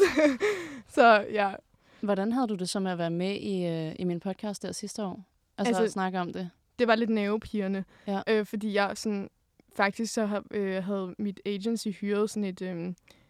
så ja. Hvordan havde du det så med at være med i, øh, i min podcast der sidste år? Altså, Altså- at snakke om det? Det var lidt nervepirrende, Ja. øh, fordi jeg sådan, faktisk så havde, øh, havde mit agency hyret sådan et øh,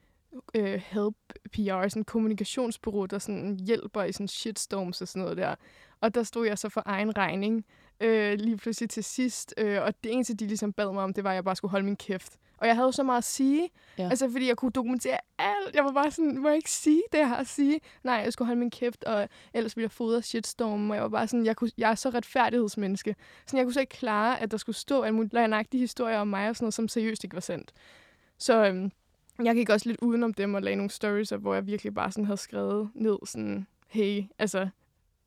øh, help P R, sådan et kommunikationsbureau, der sådan hjælper i sådan shitstorms og sådan noget der. Og der stod jeg så for egen regning øh, lige pludselig til sidst, øh, og det eneste, de ligesom bad mig om, det var, at jeg bare skulle holde min kæft. Og jeg havde jo så meget at sige, Ja. altså fordi jeg kunne dokumentere alt. Jeg var bare sådan, må jeg ikke sige det, jeg har at sige? Nej, jeg skulle holde min kæft, og ellers ville jeg fodre shitstorm. Og jeg var bare sådan, jeg, kunne, jeg er så retfærdighedsmenneske. Så jeg kunne så ikke klare, at der skulle stå alle mulige løgnagtige historier om mig og sådan noget, som seriøst ikke var sandt. Så øhm, jeg gik også lidt udenom dem og lagde nogle stories op, hvor jeg virkelig bare sådan havde skrevet ned sådan, hey, altså,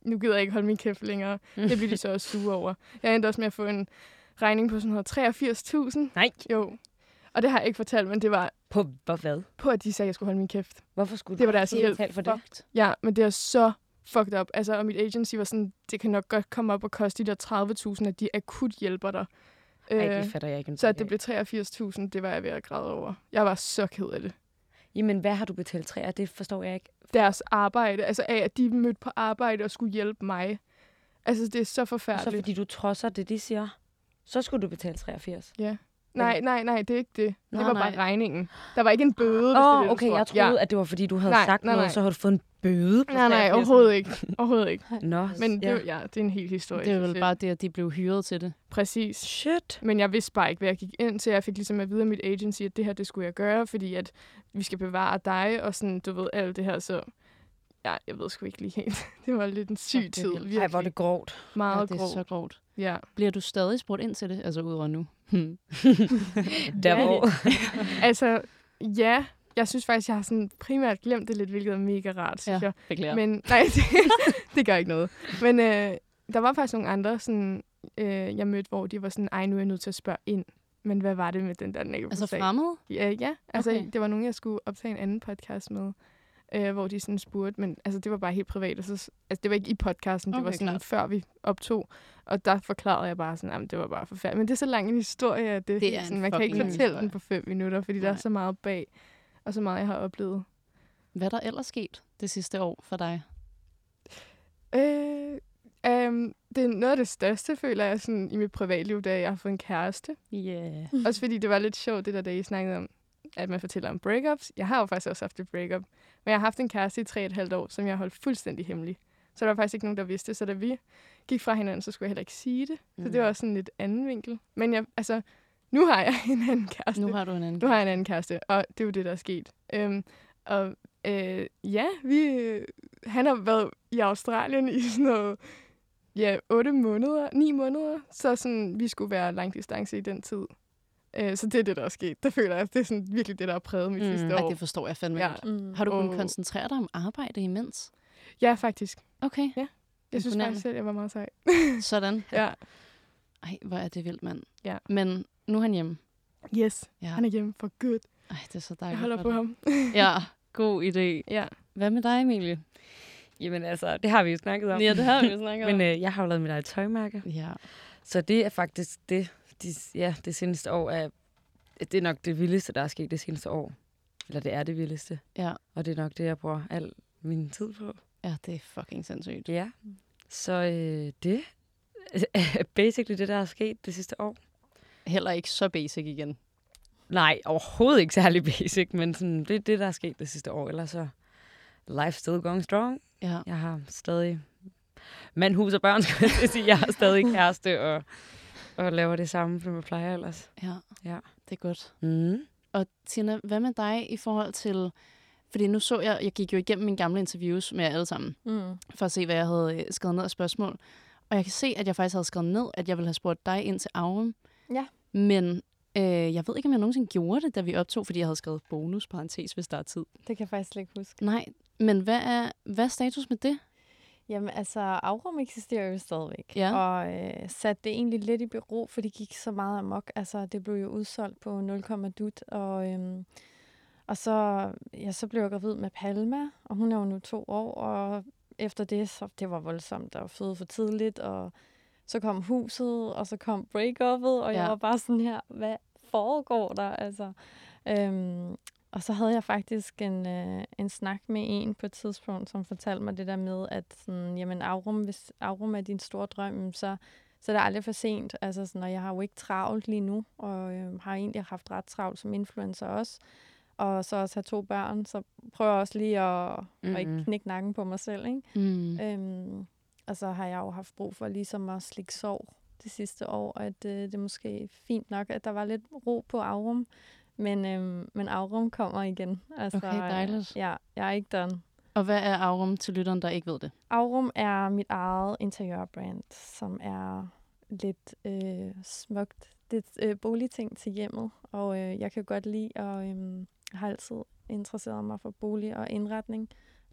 nu gider jeg ikke holde min kæft længere. Det bliver de så også sure over. Jeg endte også med at få en regning på sådan noget treogfirs tusind. Nej. Jo. Og det har jeg ikke fortalt, men det var... På hvad? På, at de sagde, at jeg skulle holde min kæft. Hvorfor skulle det var deres hjælp. For det? Ja, men det er så fucked up. Altså, og mit agency var sådan, det kan nok godt komme op og koste de der tredive tusind, at de akut hjælper dig. Nej, det fatter jeg ikke. Så at det blev treogfirs tusind, det var jeg ved at græde over. Jeg var så ked af det. Jamen, hvad har du betalt tre af? Det forstår jeg ikke. Deres arbejde, altså af, at de mødte på arbejde og skulle hjælpe mig. Altså, det er så forfærdeligt. Og så fordi du trodser det, de siger, så skulle du betale treogfirs. Ja. Nej, nej, nej, det er ikke det. Nå, det var nej. bare regningen. Der var ikke en bøde, hvis Åh, det er det, okay, tror. jeg troede, ja. at det var, fordi du havde nej, sagt nej, nej. noget, så havde du fået en bøde på Nej, nej, treogfirs. overhovedet ikke. Overhovedet ikke. Nå, Men det, ja. ja, det er en helt historie. Det er vel bare det, at de blev hyret til det. Præcis. Shit. Men jeg vidste bare ikke, hvad jeg gik ind til. Jeg fik ligesom at vide af mit agency, at det her, det skulle jeg gøre, fordi at vi skal bevare dig, og sådan, du ved, alt det her, så... Ja, jeg ved sgu ikke lige helt. Det var lidt en syg tid. Virkelig. Ej, hvor er det grovt. Meget ja, det er grovt. så grovt. Ja. Bliver du stadig spurgt ind til det? Altså udover nu? Der hvor... altså, ja. Jeg synes faktisk, jeg har sådan primært glemt det lidt, hvilket er mega rart, synes ja, jeg. beklager. Men nej, det, det gør ikke noget. Men øh, der var faktisk nogle andre, sådan, øh, jeg mødte, hvor de var sådan, ej, nu er jeg nødt til at spørge ind. Men hvad var det med den der negative Altså sag? fremmede? Ja, ja. Altså, okay. det var nogen, jeg skulle optage en anden podcast med, øh, hvor de sådan spurgte, men altså, det var bare helt privat. Altså, altså, det var ikke i podcasten, det okay, var sådan, klart. før vi optog. Og der forklarede jeg bare sådan, at det var bare forfærdeligt. Men det er så lang en historie, at det, det er sådan, man kan ikke fortælle historie. den på fem minutter, fordi Nej. der er så meget bag, og så meget, jeg har oplevet. Hvad er der ellers sket det sidste år for dig? Øh, um, det er noget af det største, føler jeg, sådan, i mit privatliv, da jeg har fået en kæreste. Yeah. Også fordi det var lidt sjovt, det der, da I snakkede om, at man fortæller om breakups. Jeg har jo faktisk også haft et breakup. Men jeg har haft en kæreste i tre og et halvt år, som jeg har holdt fuldstændig hemmelig. Så der var faktisk ikke nogen, der vidste. Så da vi gik fra hinanden, så skulle jeg heller ikke sige det. Mm. Så det var også sådan lidt anden vinkel. Men jeg, altså, nu har jeg en anden kæreste. Nu har du en anden Nu har jeg en anden kæreste, og det er jo det, der er sket. Øhm, og øh, ja, vi, han har været i Australien i sådan noget, ja, otte måneder, ni måneder. Så sådan, vi skulle være langdistance i den tid. Øh, så det er det, der er sket. Der føler jeg, det er sådan virkelig det, der har præget mit mm. sidste år. Ja, det forstår jeg fandme ja. godt. Mm. Har du kunnet og... koncentrere dig om arbejde imens? Ja, faktisk. Okay. Ja. Jeg synes faktisk selv, jeg var meget sej. Sådan. Ja. Ej, hvor er det vildt, mand. Ja. Men nu er han hjemme. Yes, ja. han er hjemme for good. Ej, det er så dejligt. Jeg holder på ham. Ja, god idé. Ja. Hvad med dig, Emilie? Jamen altså, det har vi jo snakket om. Ja, det har vi jo snakket om. Men øh, jeg har jo lavet mit eget tøjmærke. Ja. Så det er faktisk det, de, ja, det seneste år er, det er nok det vildeste, der er sket det seneste år. Eller det er det vildeste. Ja. Og det er nok det, jeg bruger al min tid på. Ja, det er fucking sindssygt. Ja. Så øh, det er basically det, der er sket det sidste år. Heller ikke så basic igen. Nej, overhovedet ikke særlig basic, men sådan, det er det, der er sket det sidste år. Ellers så life still going strong. Ja. Jeg har stadig mand, hus og børn, skal jeg sige. Jeg har stadig kæreste og, og laver det samme, som jeg plejer ellers. Ja, ja. Det er godt. Mm. Og Tina, hvad med dig i forhold til... Fordi nu så jeg, jeg gik jo igennem mine gamle interviews med jer alle sammen, mm. for at se, hvad jeg havde skrevet ned af spørgsmål. Og jeg kan se, at jeg faktisk havde skrevet ned, at jeg ville have spurgt dig ind til Aurum. Ja. Men øh, jeg ved ikke, om jeg nogensinde gjorde det, da vi optog, fordi jeg havde skrevet bonus, parentes, hvis der er tid. Det kan jeg faktisk slet ikke huske. Nej, men hvad er, hvad er status med det? Jamen altså, Aurum eksisterer jo stadigvæk. Ja. Og øh, satte det egentlig lidt i bero, for det gik så meget amok. Altså, det blev jo udsolgt på nul komma dut, og... Øhm, Og så, ja, så blev jeg gravid med Palma, og hun er jo nu to år, og efter det, så det var voldsomt at føde for tidligt, og så kom huset, og så kom break-up'et, og ja. jeg var bare sådan her, hvad foregår der? Altså, øhm, og så havde jeg faktisk en, øh, en snak med en på et tidspunkt, som fortalte mig det der med, at sådan, jamen, Aurum, hvis Aurum er din store drøm, så, så er det aldrig for sent. Altså, sådan, og jeg har jo ikke travlt lige nu, og øh, har egentlig haft ret travlt som influencer også. Og så også have to børn, så prøver jeg også lige at, mm-hmm. at ikke knække nakken på mig selv, ikke? Mm. Øhm, og så har jeg jo haft brug for ligesom at slikke sorg det sidste år, at øh, det er måske fint nok, at der var lidt ro på Aurum, men, øhm, men Aurum kommer igen. Altså, okay, dejligt. Ja, jeg er ikke done. Og hvad er Aurum til lytteren, der ikke ved det? Aurum er mit eget interiørbrand, som er lidt øh, smukt. Det er øh, boligting til hjemmet, og øh, jeg kan godt lide at... Øh, Jeg har altid interesseret mig for bolig og indretning.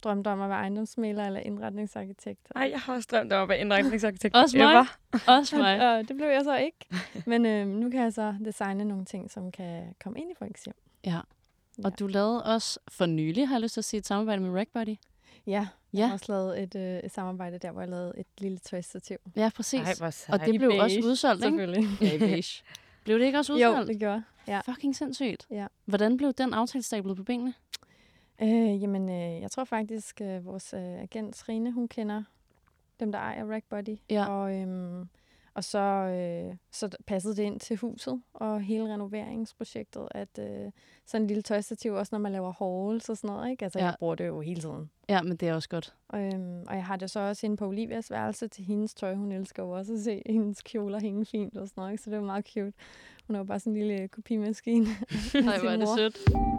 drømt om at være ejendomsmægler eller indretningsarkitekt. Nej, jeg har også drømt om at være indretningsarkitekt. Også mig. Også mig. Og, og det blev jeg så ikke. Men øh, nu kan jeg så designe nogle ting, som kan komme ind i folks hjem. Ja. Og du lavede også for nylig, har jeg lyst til at sige, et samarbejde med Rackbody. Ja, jeg ja. har også lavet et, øh, et samarbejde der, hvor jeg lavede et lille tøjstativ. Ja, præcis. Ej, hvor sejt. Og det blev beige, også udsolgt, ikke? Selvfølgelig. Ja, beige. Blev det ikke også udsolgt? Jo, det gjorde. Ja. Fucking sindssygt. Ja. Hvordan blev den aftale stablet på benene? Øh, jamen, øh, jeg tror faktisk, øh, vores øh, agent Trine, hun kender dem, der ejer Rackbody. Ja. Og, øhm, og så, øh, så passede det ind til huset og hele renoveringsprojektet, at øh, sådan en lille tøjstativ, også når man laver hauls og sådan noget, ikke? Altså, ja. jeg bruger det jo hele tiden. Ja, men det er også godt. Øhm, og jeg har det så også inde på Olivias værelse til hendes tøj. Hun elsker jo også at se hendes kjoler hænge fint og sådan noget, ikke? Så det var meget cute. Hun er jo bare sådan en lille kopimaskine. Nej, hvor er det sødt.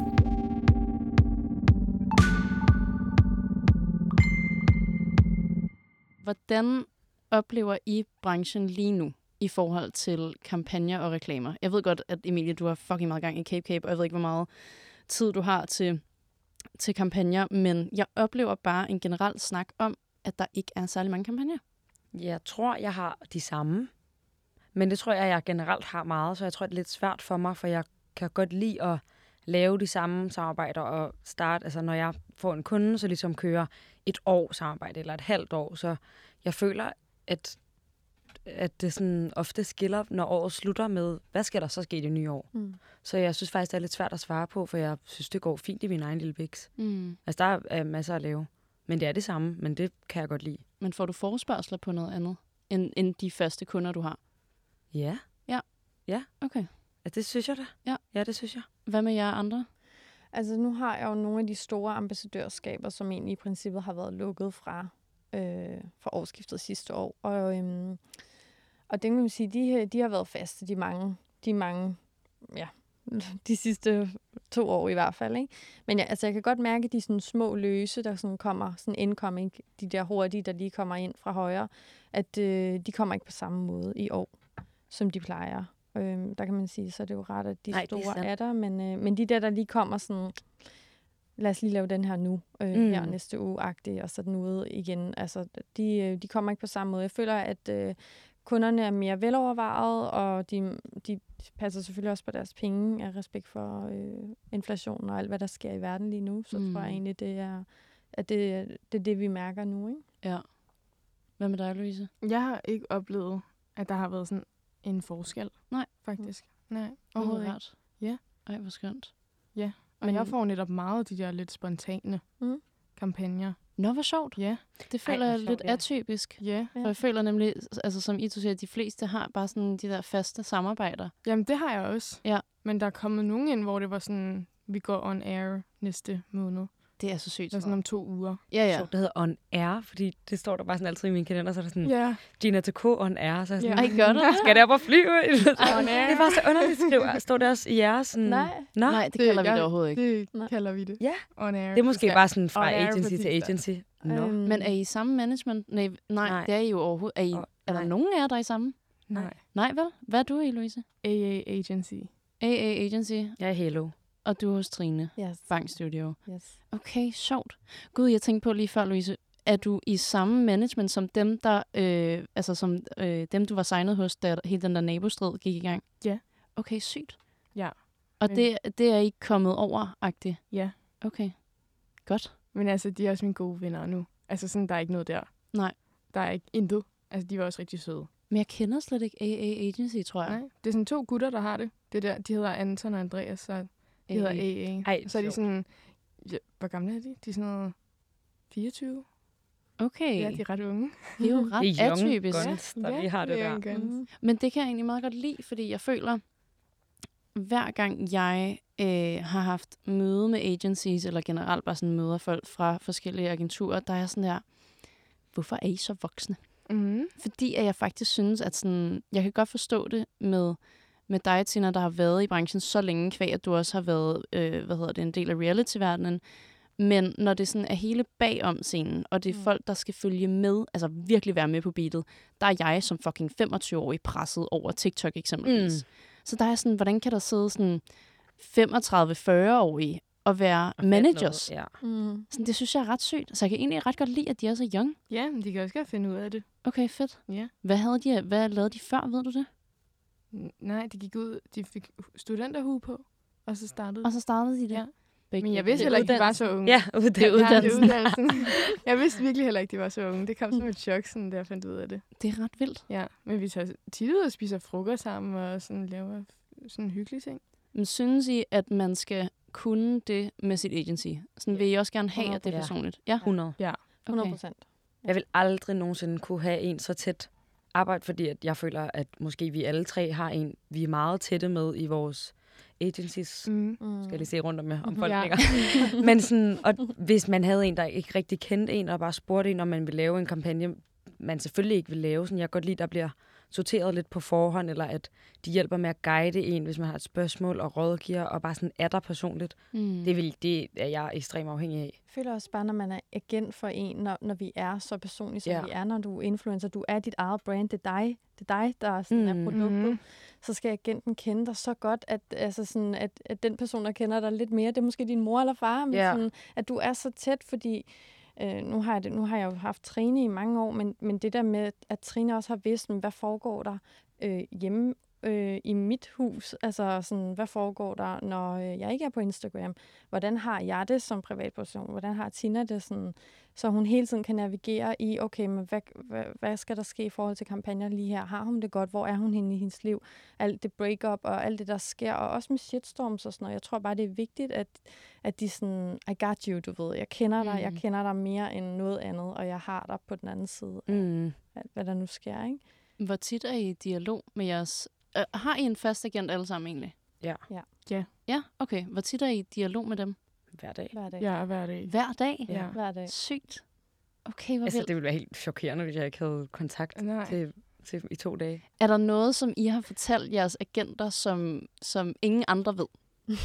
Hvordan oplever I branchen lige nu i forhold til kampagner og reklamer? Jeg ved godt, at Emilie, du har fucking meget gang i Cape Cape, og jeg ved ikke, hvor meget tid du har til, til kampagner, men jeg oplever bare en generel snak om, at der ikke er særlig mange kampagner. Jeg tror, jeg har de samme, men det tror jeg, jeg generelt har meget, så jeg tror, det er lidt svært for mig, for jeg kan godt lide at lave de samme samarbejder og starte, altså når jeg får en kunde, så ligesom kører et år samarbejde eller et halvt år, så jeg føler, at, at det sådan ofte skiller, når året slutter med, hvad skal der så ske i det nye år? Mm. Så jeg synes faktisk, det er lidt svært at svare på, for jeg synes, det går fint i min egen lille biks. Mm. Altså, der er masser at lave, men det er det samme, men det kan jeg godt lide. Men får du forespørgsler på noget andet, end, end de første kunder, du har? Ja. Ja. Ja. Okay. Ja, det synes jeg da. Ja. Ja, det synes jeg. Hvad med jer andre? Altså, nu har jeg jo nogle af de store ambassadørskaber, som egentlig i princippet har været lukket fra, øh, fra årsskiftet sidste år. Og, øhm, og det kan man sige, de, de har været faste, de mange, de mange, ja, de sidste to år i hvert fald, ikke? Men ja, altså, jeg kan godt mærke, at de sådan små løse, der sådan kommer, sådan incoming, de der hurtige, der lige kommer ind fra højre, at øh, de kommer ikke på samme måde i år, som de plejer. Øhm, der kan man sige, så er det jo ret, at de Nej, store er, er der, men, øh, men de der, der lige kommer sådan, lad os lige lave den her nu, øh, mm. her næste uge-agtig, og så den ude igen. Altså, de, de kommer ikke på samme måde. Jeg føler, at øh, kunderne er mere velovervejet, og de, de passer selvfølgelig også på deres penge af respekt for øh, inflationen og alt, hvad der sker i verden lige nu. Så mm. tror jeg egentlig, det er, at det, det er det, vi mærker nu, ikke? Ja. Hvad med dig, Louise? Jeg har ikke oplevet, at der har været sådan en forskel. Nej. Faktisk. Nej, overhovedet ikke. Ja. Ej, hvor skønt. Ja, og Men... jeg får netop meget af de der lidt spontane mm. kampagner. Nå, hvor sjovt. Ja. Det føler Ej, jeg lidt ja. atypisk. Ja. For jeg føler nemlig, altså som I to siger, at de fleste har bare sådan de der faste samarbejder. Jamen, det har jeg også. Ja. Men der er kommet nogen ind, hvor det var sådan, vi går on air næste måned. Det er så sygt. Det er sådan om to uger. Ja, ja. Så det hedder on air, fordi det står der bare sådan altid i min kalender, så er der sådan, ja. Gina T K on air, så er sådan, Ej, gør det? Skal det op og flyve? On air. Det er bare så underligt skrive. Står det også i jeres? Sådan... Nej. Nå? Nej, det, det kalder vi det overhovedet ikke. Det Nej. kalder vi det. Ja. On air. Det er måske bare sådan fra agency til agency. agency. No. Um, Men er I samme management? Nej, nej, nej. Det er I jo overhovedet. Er, I, oh, er der nej. nogen af jer, der er i samme? Nej. Nej, vel? Hvad er du i, Louise? A A Agency. A A Agency. Jeg er Hello. Og du er hos Trine. Yes. Bang Studio. Yes. Okay, sjovt. Gud, jeg tænkte på lige før, Louise. Er du i samme management som dem, der, øh, altså som øh, dem, du var signet hos, da hele den der nabostrid gik i gang? Ja. Okay, sygt. Ja. Og Men... det, det er I kommet over-agtigt? Ja. Okay. Godt. Men altså, de er også mine gode venner nu. Altså sådan, der er ikke noget der. Nej. Der er ikke intet. Altså, de var også rigtig søde. Men jeg kender slet ikke A A Agency, tror jeg. Nej, det er sådan to gutter, der har det. Det der, de hedder Anton og Andreas, så de hedder A A. Ej, så er de sådan, ja, hvor gamle er de? De er sådan noget fireogtyve. Okay. Ja, de er ret unge. Det er jo ret atypisk. Ja, der vi har det der. Mm. Men det kan jeg egentlig meget godt lide, fordi jeg føler, hver gang jeg øh, har haft møde med agencies, eller generelt bare sådan møder folk fra forskellige agenturer, der er sådan der, hvorfor er I så voksne? Mm. Fordi at jeg faktisk synes, at sådan, jeg kan godt forstå det med, med dig, Tina, der har været i branchen så længe, kvæg, at du også har været øh, hvad hedder det, en del af reality-verdenen. Men når det sådan er hele bagom scenen, og det er mm. folk, der skal følge med, altså virkelig være med på beatet, der er jeg som fucking femogtyve-årig presset over TikTok eksempelvis. Mm. Så der er sådan, hvordan kan der sidde sådan femogtredive-fyrre-årige at være Og managers. Ja. Mm. Sådan, det synes jeg er ret sygt. Så jeg kan egentlig ret godt lide, at de er så young. Ja, men de kan også godt finde ud af det. Okay, fedt. Ja. Hvad, havde de, hvad lavede de før, ved du det? N- Nej, de gik ud, de fik studenterhue på, og så startede Og så startede de det? Ja. Begge Men jeg vidste det heller ikke, de var uddannelse. så unge. Ja, uddannelsen. Det er Ja, det er uddannelsen. uddannelsen. Jeg vidste virkelig heller ikke, de var så unge. Det kom som et chok, sådan, da jeg fandt ud af det. Det er ret vildt. Ja, men vi tager tit ud og spiser frokost sammen og sådan laver sådan hyggelige ting. Men synes I, at man skal kunne det med sit agency? Sådan vil I også gerne have, at det er Ja. personligt? Ja, hundrede. Ja. hundrede procent. Jeg vil aldrig nogensinde kunne have en så tæt arbejde, fordi at jeg føler, at måske vi alle tre har en, vi er meget tætte med i vores agencies. Mm. Mm. Skal jeg lige se rundt om, om folk Ja. ligger. Men sådan, og hvis man havde en, der ikke rigtig kendte en, og bare spurgte en, om man ville lave en kampagne, man selvfølgelig ikke vil lave. Sådan, jeg kan godt lide, der bliver sorteret lidt på forhånd, eller at de hjælper med at guide en, hvis man har et spørgsmål og rådgiver, og bare sådan er der personligt. Mm. Det, vil, det er jeg ekstremt afhængig af. Jeg føler også bare, når man er agent for en, når, når vi er så personlige, som Ja. vi er, når du er influencer, du er dit eget brand, det er dig, det er dig, der sådan er Mm. produktet, Mhm. så skal agenten kende dig så godt, at, altså sådan, at, at den person, der kender dig lidt mere, det er måske din mor eller far, men Ja. sådan, at du er så tæt, fordi øh, nu, har jeg det, nu har jeg jo haft Trine i mange år, men, men det der med, at Trine også har vidst, hvad foregår der øh, hjemme øh, i mit hus, altså sådan, hvad foregår der, når øh, jeg ikke er på Instagram? Hvordan har jeg det som privatperson? Hvordan har Tina det sådan, så hun hele tiden kan navigere i, okay, men hvad, hvad, hvad skal der ske i forhold til kampagner lige her? Har hun det godt? Hvor er hun henne i hendes liv? Alt det breakup og alt det, der sker, og også med shitstorms og sådan noget. Jeg tror bare, det er vigtigt, at, at de sådan, I got you, du ved. Jeg kender dig, Mm. jeg kender dig mere end noget andet, og jeg har dig på den anden side af Mm. alt, hvad der nu sker, ikke? Hvor tit er I i dialog med jeres... Øh, har I en fast agent alle sammen egentlig? Ja. Ja. Ja. Ja, okay. Hvor tit er I i dialog med dem? Hver dag. Hver dag. Ja, hver dag. Hver dag? Ja. Hver dag. Sygt. Okay, hvor Altså, vildt. det ville være helt chokerende, hvis jeg ikke havde kontakt Nej. til, til i to dage. Er der noget, som I har fortalt jeres agenter, som, som ingen andre ved?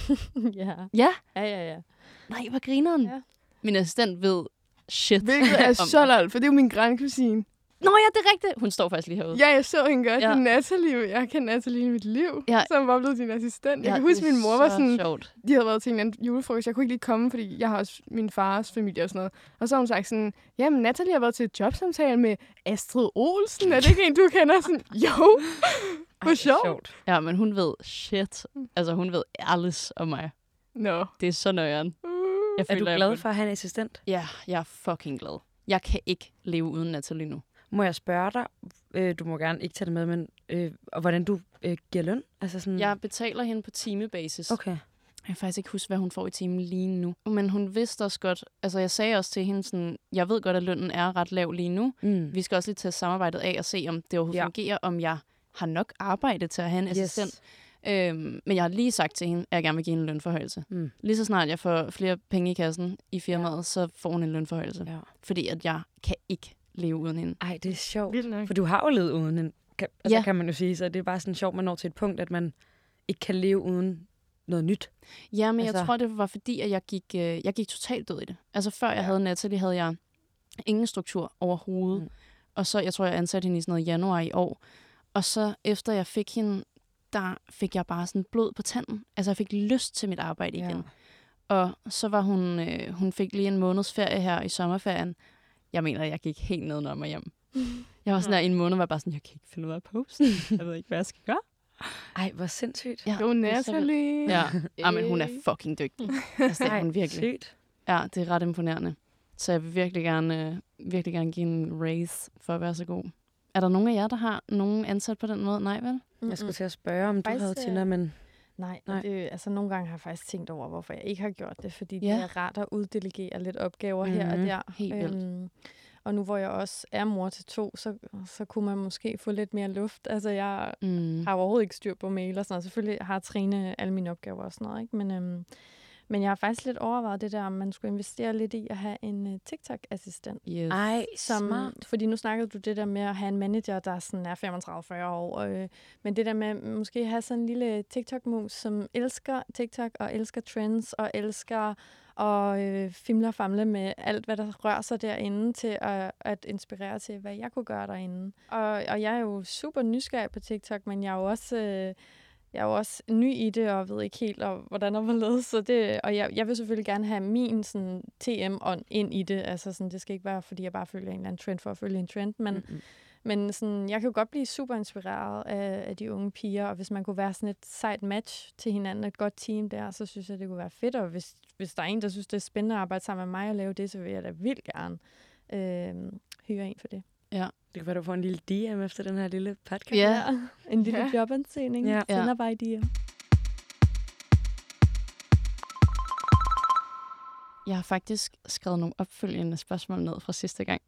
ja. Ja? Ja, ja, ja. Nej, hvor grineren. Ja. Min assistent ved shit. Hvilket er om- så lol, for det er jo min grandkusine. Nå ja, det er rigtigt. Hun står faktisk lige herude. Ja, jeg så hende godt. Ja. Ja. Natalie, jeg kender Natalie i mit liv, Ja. ja. som var blevet din assistent. Jeg Ja, kan huske, det er min mor var så sådan, sjovt. de havde været til en eller anden julefrokost. Jeg kunne ikke lige komme, fordi jeg har også min fars familie og sådan noget. Og så har hun sagt sådan, jamen Natalie har været til et jobsamtale med Astrid Olsen. Er det ikke en, du kender? Sådan, jo, hvor sjovt. Sjovt. Ja, men hun ved shit. Altså, hun ved alles om mig. Nå. Det er så nøjeren. Jeg Er du føler, jeg glad burde- for at have en assistent? Ja, jeg er fucking glad. Jeg kan ikke leve uden Natalie nu. Må jeg spørge dig, øh, du må gerne ikke tage det med, men øh, og hvordan du øh, giver løn? Altså sådan... Jeg betaler hende på timebasis. Okay. Jeg kan faktisk ikke huske, hvad hun får i timen lige nu. Men hun vidste også godt, altså jeg sagde også til hende sådan, jeg ved godt, at lønnen er ret lav lige nu. Mm. Vi skal også lige tage samarbejdet af og se, om det overhovedet Ja. ja. fungerer, om jeg har nok arbejde til at have en Yes. assistent. Øhm, men jeg har lige sagt til hende, at jeg gerne vil give hende en lønforhøjelse. Mm. Lige så snart jeg får flere penge i kassen i firmaet, ja. så får hun en lønforhøjelse. Ja. Fordi at jeg kan ikke leve uden hende. Ej, det er sjovt. Vildt nok. For du har jo levet uden en... Kan, altså, Ja. kan man jo sige, så det er bare sådan sjovt, man når til et punkt, at man ikke kan leve uden noget nyt. Ja, men Altså- jeg tror, det var fordi, at jeg gik, øh, jeg gik totalt død i det. Altså før jeg Ja. havde Natalie, havde jeg ingen struktur overhovedet. Mm. Mm. Og så, jeg tror, jeg ansatte hende i sådan noget januar i år. Og så efter jeg fik hende, der fik jeg bare sådan blod på tanden. Altså jeg fik lyst til mit arbejde igen. Ja. Og så var hun, øh, hun fik lige en måneds ferie her i sommerferien. Jeg mener, jeg gik helt nedenom og hjem. Jeg var sådan der, i en måned, var jeg bare sådan, jeg kan ikke finde ud af at poste. Jeg ved ikke, hvad jeg skal gøre. Ej, hvor sindssygt. Ja, Jo, det er så vildt. Natalie. Ja, ja, men hun er fucking dygtig. Altså, det er Ej, hun virkelig. sygt. Ja, det er ret imponerende. Så jeg vil virkelig gerne, øh, virkelig gerne give en raise for at være så god. Er der nogen af jer, der har nogen ansat på den måde? Nej, vel? Jeg skulle til at spørge, om du Faktisk, havde øh, Tina, men... Nej, Nej. det, altså nogle gange har jeg faktisk tænkt over, hvorfor jeg ikke har gjort det, fordi Ja. det er rart at uddelegere lidt opgaver mm-hmm. her og Mhm. der. Helt vildt. Øhm, og nu hvor jeg også er mor til to, så, så kunne man måske få lidt mere luft. Altså jeg Mm. har overhovedet ikke styr på mail og sådan noget. Selvfølgelig har Trine alle mine opgaver og sådan noget, ikke? Men, øhm, men jeg har faktisk lidt overvejet det der, om man skulle investere lidt i at have en uh, TikTok-assistent. Yes. Ej, Som, smart. fordi nu snakkede du det der med at have en manager, der sådan er femogtredive til fyrre år. Øh, men det der med at måske have sådan en lille TikTok-mus, som elsker TikTok og elsker trends og elsker og øh, fimler og famle med alt, hvad der rører sig derinde, til at, at inspirere til, hvad jeg kunne gøre derinde. Og, og jeg er jo super nysgerrig på TikTok, men jeg er jo også... Øh, jeg er jo også ny i det, og ved ikke helt, og hvordan og hvorledes. Så det, og jeg, jeg vil selvfølgelig gerne have min sådan, T M-ånd ind i det. Altså, sådan, det skal ikke være, fordi jeg bare følger en eller anden trend for at følge en trend, men, mm-hmm. men sådan, jeg kan jo godt blive super inspireret af, af de unge piger, og hvis man kunne være sådan et sejt match til hinanden, et godt team der, så synes jeg, det kunne være fedt. Og hvis, hvis der er en, der synes, det er spændende at arbejde sammen med mig og lave det, så vil jeg da vildt gerne øh, hyre en for det. Ja. Det kan være, du får en lille D M efter den her lille podcast. Ja, en lille ja. jobansøgning. Ja. Sender bare i D M. Jeg har faktisk skrevet nogle opfølgende spørgsmål ned fra sidste gang.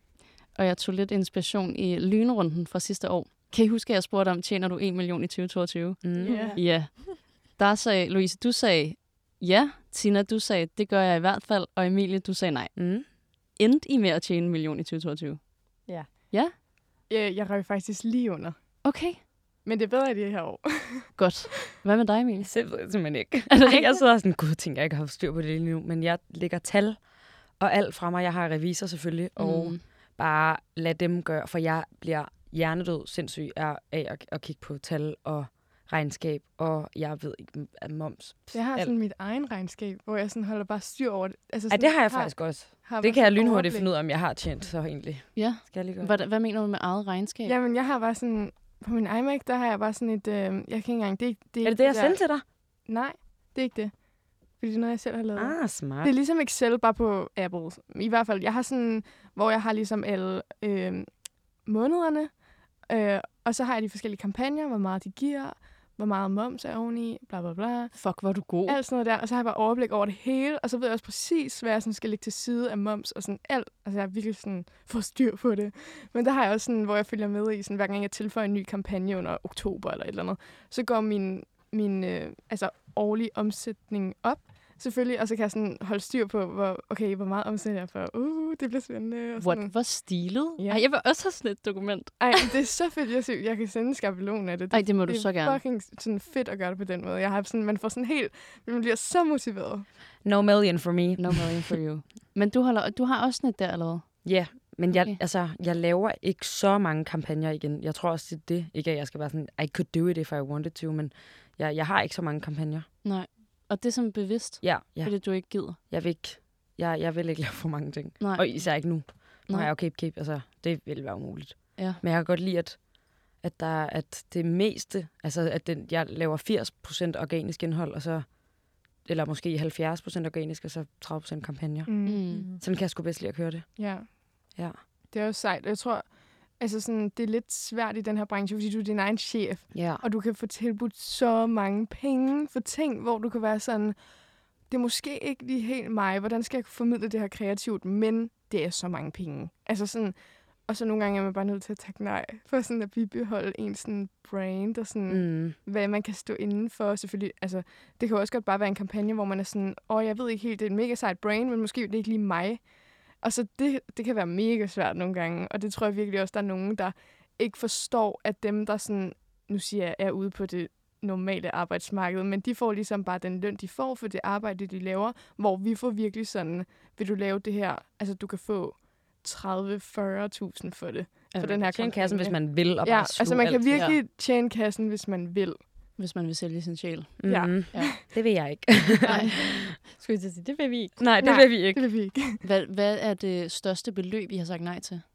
Og jeg tog lidt inspiration i lynrunden fra sidste år. Kan I huske, at jeg spurgte om, tjener du en million i tyve toogtyve? Mm. Yeah. Ja. Der sagde Louise, du sagde ja. Tina, du sagde, det gør jeg i hvert fald. Og Emilie, du sagde nej. Mm. Endte I med at tjene en million i tyve toogtyve? Ja. Ja? Jeg, jeg røg faktisk lige under. Okay. Men det er bedre i det her år. Godt. Hvad med dig, Emilie? Det ved jeg simpelthen ikke. Er det jeg sidder sådan, gud, tænker jeg ikke har styr på det lige nu. Men jeg lægger tal og alt fra mig. Jeg har revisor selvfølgelig, mm. og bare lad dem gøre, for jeg bliver hjernedød sindssyg af at, at kigge på tal og regnskab, og jeg ved ikke, at moms. Jeg har sådan mit egen regnskab, hvor jeg sådan holder bare styr over det. Altså ja, det har jeg har, faktisk også. Det kan jeg lynhurtigt finde ud af, om jeg har tjent så egentlig. Ja. Skal jeg lige gøre? Hvad, hvad mener du med eget regnskab? Jamen, jeg har bare sådan, på min iMac, der har jeg bare sådan et, øh, jeg kan ikke engang, det er, det er, er det det, jeg sendte til dig? Nej, det er ikke det. Fordi det er noget, jeg selv har lavet. Ah, smart. Det er ligesom Excel, bare på Apple. I hvert fald, jeg har sådan, hvor jeg har ligesom alle øh, månederne, øh, og så har jeg de forskellige kampagner, hvor meget de giver, hvor meget moms er oveni, bla bla bla. Fuck, hvor er du god. Alt sådan noget der, og så har jeg bare overblik over det hele, og så ved jeg også præcis, hvad jeg sådan skal lægge til side af moms, og sådan alt. Altså, jeg er virkelig sådan, får styr på det. Men der har jeg også sådan, hvor jeg følger med i, sådan, hver gang jeg tilføjer en ny kampagne under oktober eller et eller andet, så går min, min øh, altså, årlige omsætning op, selvfølgelig, og så kan jeg sådan holde styr på, hvor, okay, hvor meget omsætter jeg for. Uh, det bliver spændende. Og sådan. What, hvor stilet? Ja. Ej, jeg vil også have sådan et dokument. Ej, det er så fedt. Jeg, synes, jeg kan sende en skabelon af det. Ej, det må du det så gerne. Det er fucking sådan fedt at gøre det på den måde. Jeg har sådan, man får sådan helt, man bliver så motiveret. No million for me. No million for you. Men du, holder, du har også sådan et der, eller hvad? Ja, yeah, men jeg, okay. altså, jeg laver ikke så mange kampagner igen. Jeg tror også, det er det. Ikke at jeg skal være sådan, I could do it if I wanted to, men jeg, jeg har ikke så mange kampagner. Nej. Og det er sådan bevidst? Ja, ja. Fordi du ikke gider? Jeg vil ikke, jeg, jeg vil ikke lave for mange ting. Nej. Og især ikke nu. Nu Nej. har jeg jo Cape Cape, altså det vil være umuligt. Ja. Men jeg kan godt lide, at, at, der, at det meste, altså at den, jeg laver firs procent organisk indhold, og så, eller måske halvfjerds procent organisk, og så tredive procent kampagner. Mm. Mm. Sådan kan jeg sgu bedst lide at køre det. Ja. Ja. Det er jo sejt. Jeg tror, altså sådan, det er lidt svært i den her branche, fordi du er din egen chef. Ja. Og du kan få tilbudt så mange penge for ting, hvor du kan være sådan, det er måske ikke lige helt mig, hvordan skal jeg formidle det her kreativt, men det er så mange penge. Altså sådan, og så nogle gange er man bare nødt til at takke nej, for sådan at bibeholde en sådan brand, og sådan, mm. hvad man kan stå inden for. Selvfølgelig, altså, det kan jo også godt bare være en kampagne, hvor man er sådan, åh, jeg ved ikke helt, det er en mega sejt brand, men måske det er ikke lige mig. Og så det, det kan være mega svært nogle gange, og det tror jeg virkelig også, der er nogen, der ikke forstår, at dem, der sådan, nu siger jeg, er ude på det normale arbejdsmarked, men de får ligesom bare den løn, de får for det arbejde, de laver, hvor vi får virkelig sådan, vil du lave det her, altså du kan få tredive til fyrre tusind for det, for altså, den her tjene kassen, hvis man vil, og ja, bare altså man kan alt. virkelig ja. tjene kassen, hvis man vil. Hvis man vil sælge sin sjæl. Mm-hmm. Ja. ja. Det vil jeg ikke. Nej. Skulle jeg sige, det vil vi ikke. Nej, det Nej, vil vi ikke. Det vil vi ikke. Hvad, hvad er det største beløb, I har sagt nej til?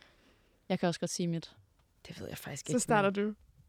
Jeg kan også godt sige mit. Det ved jeg faktisk Så ikke. Så starter du.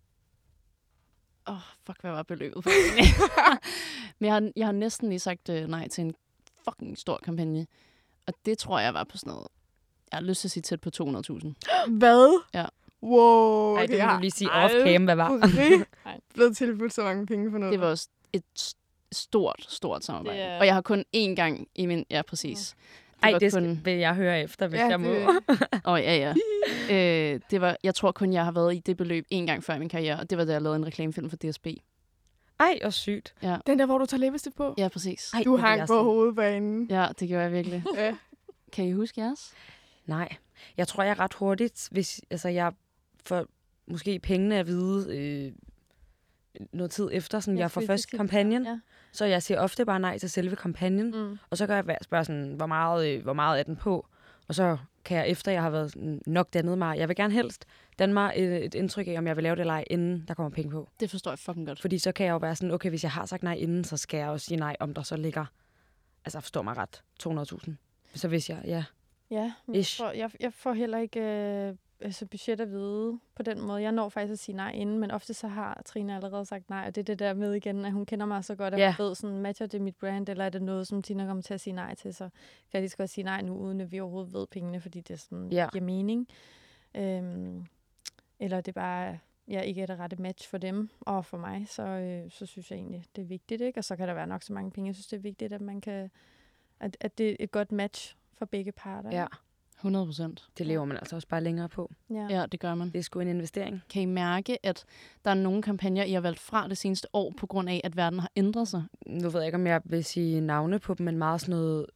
Åh, oh, fuck, hvad var beløbet for Men jeg har, jeg har næsten lige sagt uh, nej til en fucking stor kampagne. Og det tror jeg var på sådan noget. Jeg har lyst til at sige tæt på to hundrede tusind. Hvad? Ja. Wow. Ej, det okay, må du lige sige off-cam, hvad var? Jeg blevet tilbudt så mange penge for noget. Det var også et stort, stort samarbejde. Er... Og jeg har kun én gang i min... Ja, præcis. Ej, det, det skal, kun... vil jeg høre efter, hvis ja, jeg må. Åh, oh, ja, ja. øh, det var, jeg tror kun, jeg har været i det beløb én gang før i min karriere, og det var, da jeg lavede en reklamefilm for D S B. Ej, og sygt. Ja. Den der, hvor du tager læbestift på? Ja, præcis. Ej, du hang på sådan... hovedbanen. Ja, det gjorde jeg virkelig. Ja. Kan I huske jeres? Nej. Jeg tror, jeg er ret hurtigt, hvis altså, jeg får måske pengene at vide øh, noget tid efter, sådan, jeg, jeg får først kampagnen. Ja. Så jeg siger ofte bare nej til selve kampagnen. Mm. Og så gør jeg spørge sådan, hvor meget, øh, hvor meget er den på? Og så kan jeg, efter jeg har været nok dannet mig, jeg vil gerne helst danne mig et, et indtryk af, om jeg vil lave det eller ej, inden der kommer penge på. Det forstår jeg fucking godt. Fordi så kan jeg jo være sådan, okay, hvis jeg har sagt nej inden, så skal jeg også sige nej, om der så ligger, altså forstår mig ret, to hundrede tusind. Så hvis jeg, ja. Ja, men jeg, tror, jeg, jeg får heller ikke øh, altså budget at vide på den måde. Jeg når faktisk at sige nej inden, men ofte så har Trine allerede sagt nej, og det er det der med igen, at hun kender mig så godt, at ja. hun ved, sådan, matcher det mit brand, eller er det noget, som Tina kommer til at sige nej til, så kan jeg lige så godt sige nej nu, uden at vi overhovedet ved pengene, fordi det sådan, ja. giver mening. Øhm, eller det er bare ja, ikke er det rette match for dem og for mig, så, øh, så synes jeg egentlig, det er vigtigt, ikke? Og så kan der være nok så mange penge. Jeg synes, det er vigtigt, at man kan, at, at det er et godt match for begge parter. Ja. hundrede procent. Det lever man altså også bare længere på. Ja. ja, det gør man. Det er sgu en investering. Kan I mærke, at der er nogle kampagner, I har valgt fra det seneste år, på grund af, at verden har ændret sig? Nu ved jeg ikke, om jeg vil sige navne på dem, men meget sådan noget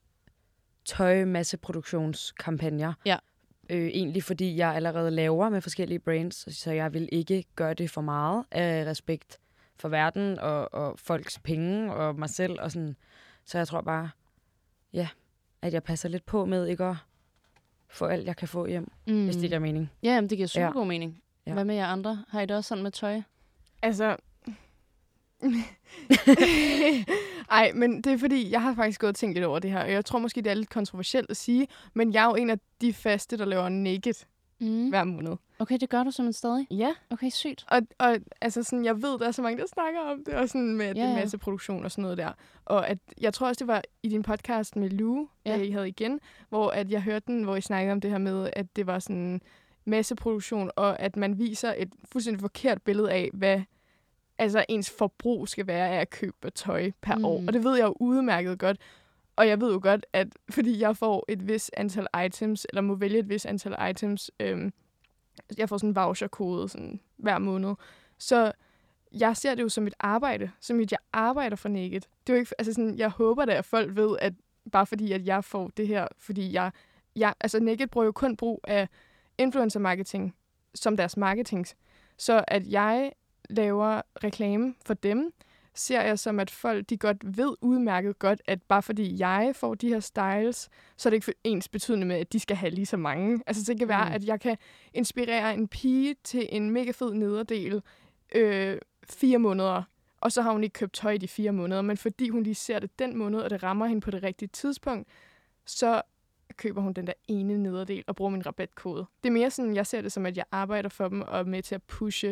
tøj-masseproduktionskampagner. Ja. Øh, egentlig fordi jeg allerede laver med forskellige brands, så jeg vil ikke gøre det for meget af respekt for verden og, og folks penge og mig selv. Og sådan. Så jeg tror bare, ja, at jeg passer lidt på med ikke at få alt, jeg kan få hjem, mm. hvis det giver mening. Ja, jamen, det giver super ja. god mening. Ja. Hvad med jer andre? Har I det også sådan med tøj? Altså... Ej, men det er fordi, jeg har faktisk gået og tænkt lidt over det her, og jeg tror måske, det er lidt kontroversielt at sige, men jeg er jo en af de faste, der laver naked mm. hver måned. Okay, det gør du simpelthen stadig? Ja. Okay, sygt. Og, og altså sådan, jeg ved, der er så mange, der snakker om det, og sådan med ja, det masse produktion og sådan noget der. Og at, jeg tror også, det var i din podcast med Lou, ja. I havde igen, hvor at jeg hørte den, hvor I snakkede om det her med, at det var sådan masseproduktion, og at man viser et fuldstændig forkert billede af, hvad altså ens forbrug skal være af at købe tøj per mm. år. Og det ved jeg jo udmærket godt. Og jeg ved jo godt, at fordi jeg får et vis antal items, eller må vælge et vis antal items, øhm, jeg får sådan en voucherkode sådan, hver måned, så jeg ser det jo som et arbejde, som et, jeg arbejder for Naked. Det er jo ikke, altså sådan, jeg håber da, at folk ved, at bare fordi, at jeg får det her, fordi jeg, jeg altså Naked bruger jo kun brug af influencer marketing som deres marketing. Så at jeg laver reklame for dem, ser jeg som, at folk de godt ved udmærket godt, at bare fordi jeg får de her styles, så er det ikke ens betydende med, at de skal have lige så mange. Altså det kan være, mm. at jeg kan inspirere en pige til en mega fed nederdel øh, fire måneder, og så har hun ikke købt tøj i de fire måneder, men fordi hun lige ser det den måned, og det rammer hende på det rigtige tidspunkt, så køber hun den der ene nederdel og bruger min rabatkode. Det er mere sådan, jeg ser det som, at jeg arbejder for dem og er med til at pushe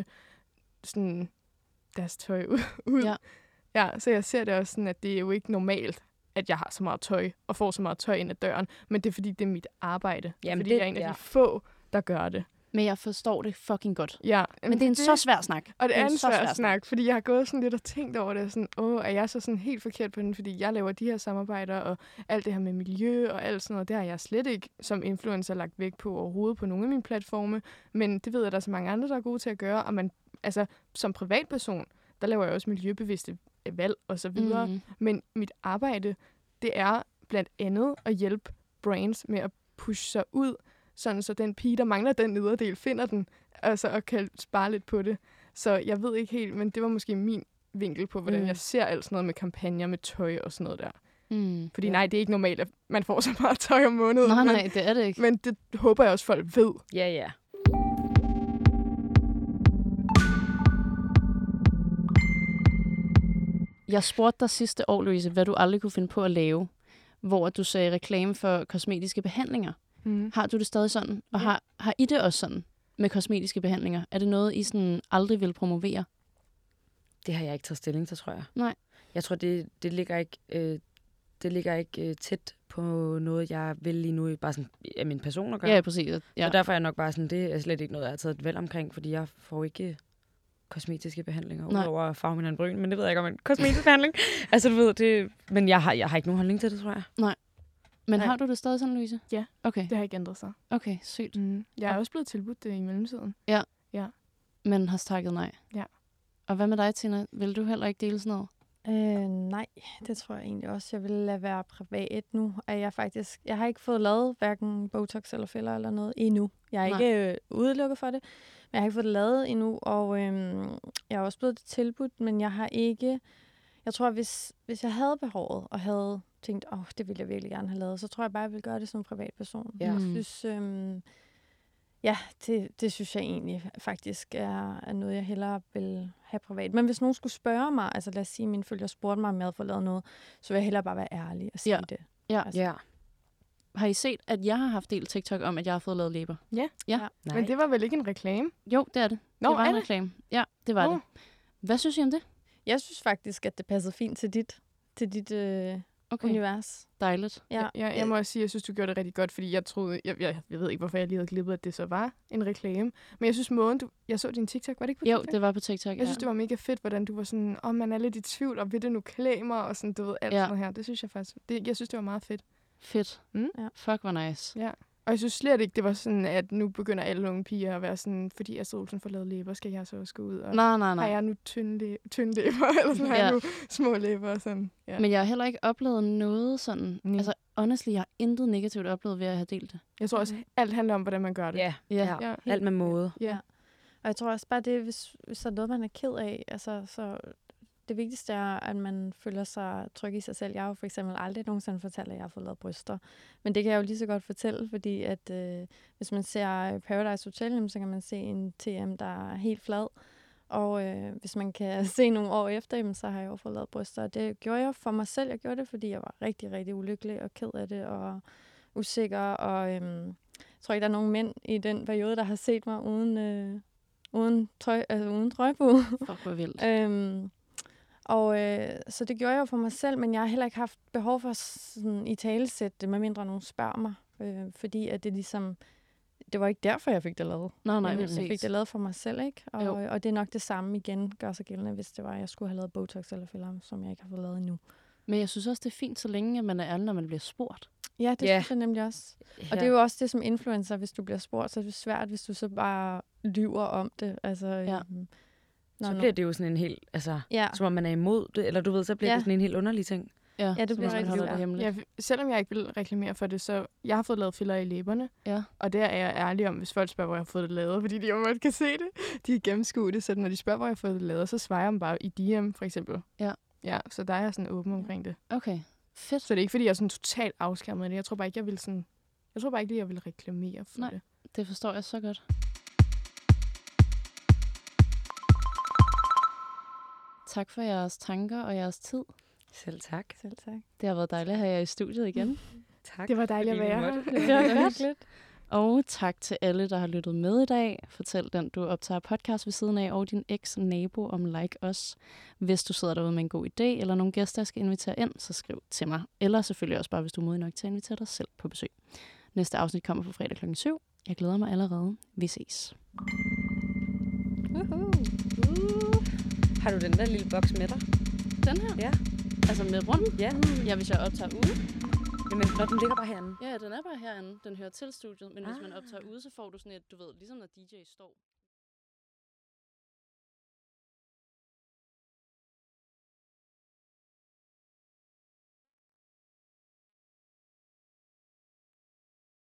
sådan deres tøj ud. Ja. Ja, så jeg ser det også sådan, at det er jo ikke normalt, at jeg har så meget tøj og får så meget tøj ind ad døren, men det er fordi, det er mit arbejde. Jamen fordi det, jeg er en af ja. de få, der gør det. Men jeg forstår det fucking godt. Ja. Men det er en det, så svær snak. Og det er en, en svær, svær snak, fordi jeg har gået sådan lidt og tænkt over det, sådan, åh, er jeg så sådan helt forkert på den, fordi jeg laver de her samarbejder, og alt det her med miljø og alt sådan noget, det har jeg slet ikke som influencer lagt vægt på overhovedet på nogle af mine platforme, men det ved jeg, der er så mange andre, der er gode til at gøre, og man, altså, som privatperson, der laver jeg også miljøbevidste valg og så videre, mm. men mit arbejde, det er blandt andet at hjælpe brands med at pushe sig ud, sådan så den pige, der mangler den nederdel, finder den, altså, og kan spare lidt på det. Så jeg ved ikke helt, men det var måske min vinkel på, hvordan mm. jeg ser alt sådan noget med kampagner, med tøj og sådan noget der. Mm. Fordi ja. nej, det er ikke normalt, at man får så meget tøj om måneden. Nej, men, nej, det er det ikke. Men det håber jeg også, folk ved. Ja, ja. Jeg spurgte dig sidste år, Louise, hvad du aldrig kunne finde på at lave, hvor du sagde reklame for kosmetiske behandlinger. Mm. Har du det stadig sådan? Og ja. har, har I det også sådan med kosmetiske behandlinger? Er det noget, I sådan aldrig vil promovere? Det har jeg ikke taget stilling til, tror jeg. Nej. Jeg tror, det, det ligger ikke, øh, det ligger ikke øh, tæt på noget, jeg vil lige nu, bare sådan af min person at gøre. Ja, præcis. Ja. Så derfor er jeg nok bare sådan, det er slet ikke noget, jeg har taget et valg omkring, fordi jeg får ikke kosmetiske behandlinger, udover at farve mine bryn, men det ved jeg ikke om en kosmetisk behandling. Altså, du ved, det... Men jeg har, jeg har ikke nogen holdning til det, tror jeg. Nej. Men Nej. har du det stadig sådan, Louise? Ja, okay. Det har ikke ændret sig. Okay, sygt. Mm. Jeg er også blevet tilbudt det i mellemtiden. Ja. Ja. Men har takket nej. Ja. Og hvad med dig, Tina? Vil du heller ikke dele sådan noget? Øh, nej, det tror jeg egentlig også. Jeg vil lade være privat nu. Er jeg faktisk... Jeg har ikke fået lavet hverken Botox eller filler eller noget endnu. Jeg er nej. ikke øh, udelukket for det. Men jeg har ikke fået det lavet endnu, og øhm, jeg har også blevet det tilbudt, men jeg har ikke... Jeg tror, hvis, hvis jeg havde behovet og havde tænkte, åh, oh, det ville jeg virkelig gerne have lavet, så tror jeg bare, jeg ville gøre det som privatperson. Ja. Jeg synes, øhm, ja, det, det synes jeg egentlig faktisk er, er noget, jeg hellere vil have privat. Men hvis nogen skulle spørge mig, altså lad os sige, at mine følgere spurgte mig, om jeg havde fået lavet noget, så vil jeg hellere bare være ærlig og sige ja. det. Ja. Altså. Ja. Har I set, at jeg har haft delt TikTok om, at jeg har fået lavet læber? Ja. Ja. ja. Men det var vel ikke en reklame? Jo, det er det. Nå, det var er en det? reklame. Ja, det var oh. det. Hvad synes I om det? Jeg synes faktisk, at det passede fint til dit, til dit øh, okay. univers. Dejligt. Ja. Ja, jeg må også sige, at jeg synes, du gjorde det rigtig godt, fordi jeg troede, jeg, jeg, jeg ved ikke, hvorfor jeg lige havde glippet, at det så var en reklame. Men jeg synes, måden, du, jeg så din TikTok, var det ikke på TikTok? Jo, det var på TikTok, Jeg synes, ja. det var mega fedt, hvordan du var sådan, åh, oh, man er lidt i tvivl, og vil det nu klæde mig, og sådan, du ved, alt ja. sådan noget her. Det synes jeg faktisk, det, jeg synes, det var meget fedt. Fedt. Mm? Ja. Fuck, hvor nice. Ja. Og jeg synes slet ikke, det var sådan, at nu begynder alle unge piger at være sådan, fordi Astrid Olsen får lavet læber, skal jeg så også gå ud? Og nej, nej, nej. Har jeg nu tynde, læ- tynde læber, eller sådan, ja. Har jeg nu små læber? Og sådan. Ja. Men jeg har heller ikke oplevet noget sådan, mm. altså honestly, jeg har intet negativt oplevet ved at have delt det. Jeg tror også, alt handler om, hvordan man gør det. Ja, ja. ja. Alt med måde. Ja. Og jeg tror også bare, det hvis, hvis der er noget, man er ked af, altså så... Det vigtigste er, at man føler sig tryg i sig selv. Jeg har jo for eksempel aldrig nogensinde fortalt, at jeg har fået lavet bryster. Men det kan jeg jo lige så godt fortælle, fordi at øh, hvis man ser Paradise Hotel, så kan man se en T M, der er helt flad. Og øh, hvis man kan se nogle år efter, så har jeg jo fået lavet bryster. Og det gjorde jeg for mig selv. Jeg gjorde det, fordi jeg var rigtig, rigtig ulykkelig og ked af det og usikker. Og øh, jeg tror ikke, der er nogen mænd i den periode, der har set mig uden, øh, uden, tøj, altså, uden trøje på. Fuck, hvor vildt. øhm, Og øh, så det gjorde jeg jo for mig selv, men jeg har heller ikke haft behov for sådan i talesætte det, medmindre nogen spørger mig. Øh, fordi at det ligesom, det var ikke derfor, jeg fik det lavet. Nej, nej, jeg, præcis. jeg fik det lavet for mig selv, ikke? Og, og det er nok det samme igen, gør sig gældende, hvis det var, at jeg skulle have lavet Botox eller filler, som jeg ikke har fået lavet endnu. Men jeg synes også, det er fint, så længe at man er ærlig, når man bliver spurgt. Ja, det yeah. synes jeg nemlig også. Yeah. Og det er jo også det som influencer, hvis du bliver spurgt, så er det svært, hvis du så bare lyver om det. Altså, ja. øhm, så bliver det jo sådan en helt, altså, ja. som om man er imod det, eller du ved, så bliver ja. det sådan en helt underlig ting. Ja, ja, det bliver rigtig hemmeligt. Ja, selvom jeg ikke vil reklamere for det, så jeg har fået lavet filler i læberne, ja. og der er jeg ærlig om, hvis folk spørger, hvor jeg har fået det lavet, fordi de jo meget kan se det. De er gennemskue det, så når de spørger, hvor jeg har fået det lavet, så svarer jeg dem bare i D M, for eksempel. Ja. Ja, så der er jeg sådan åben omkring det. Okay, fedt. Så det er ikke, fordi jeg er sådan totalt afskærmet af det. Jeg tror bare ikke, jeg vil sådan... Jeg tror bare ikke, at jeg vil reklamere for Nej, det. det forstår jeg så godt. Tak for jeres tanker og jeres tid. Selv tak. Selv tak. Det har været dejligt at have jer i studiet igen. Tak. Det var dejligt at være her. Det var hyggeligt. Og tak til alle, der har lyttet med i dag. Fortæl den, du optager podcast ved siden af, og din eks-nabo om Like Os. Hvis du sidder derude med en god idé, eller nogle gæster, jeg skal invitere ind, så skriv til mig. Eller selvfølgelig også bare, hvis du er modig nok til at invitere dig selv på besøg. Næste afsnit kommer på fredag klokken syv. Jeg glæder mig allerede. Vi ses. Uh-huh. Uh. Har du den der lille boks med dig? Den her? Ja. Altså med rundt? Ja. Ja, hvis jeg optager ude. Jamen, når den ligger bare herinde. Ja, den er bare herinde. Den hører til studiet. Men ah. hvis man optager ude, så får du sådan et, du ved, ligesom når D J står.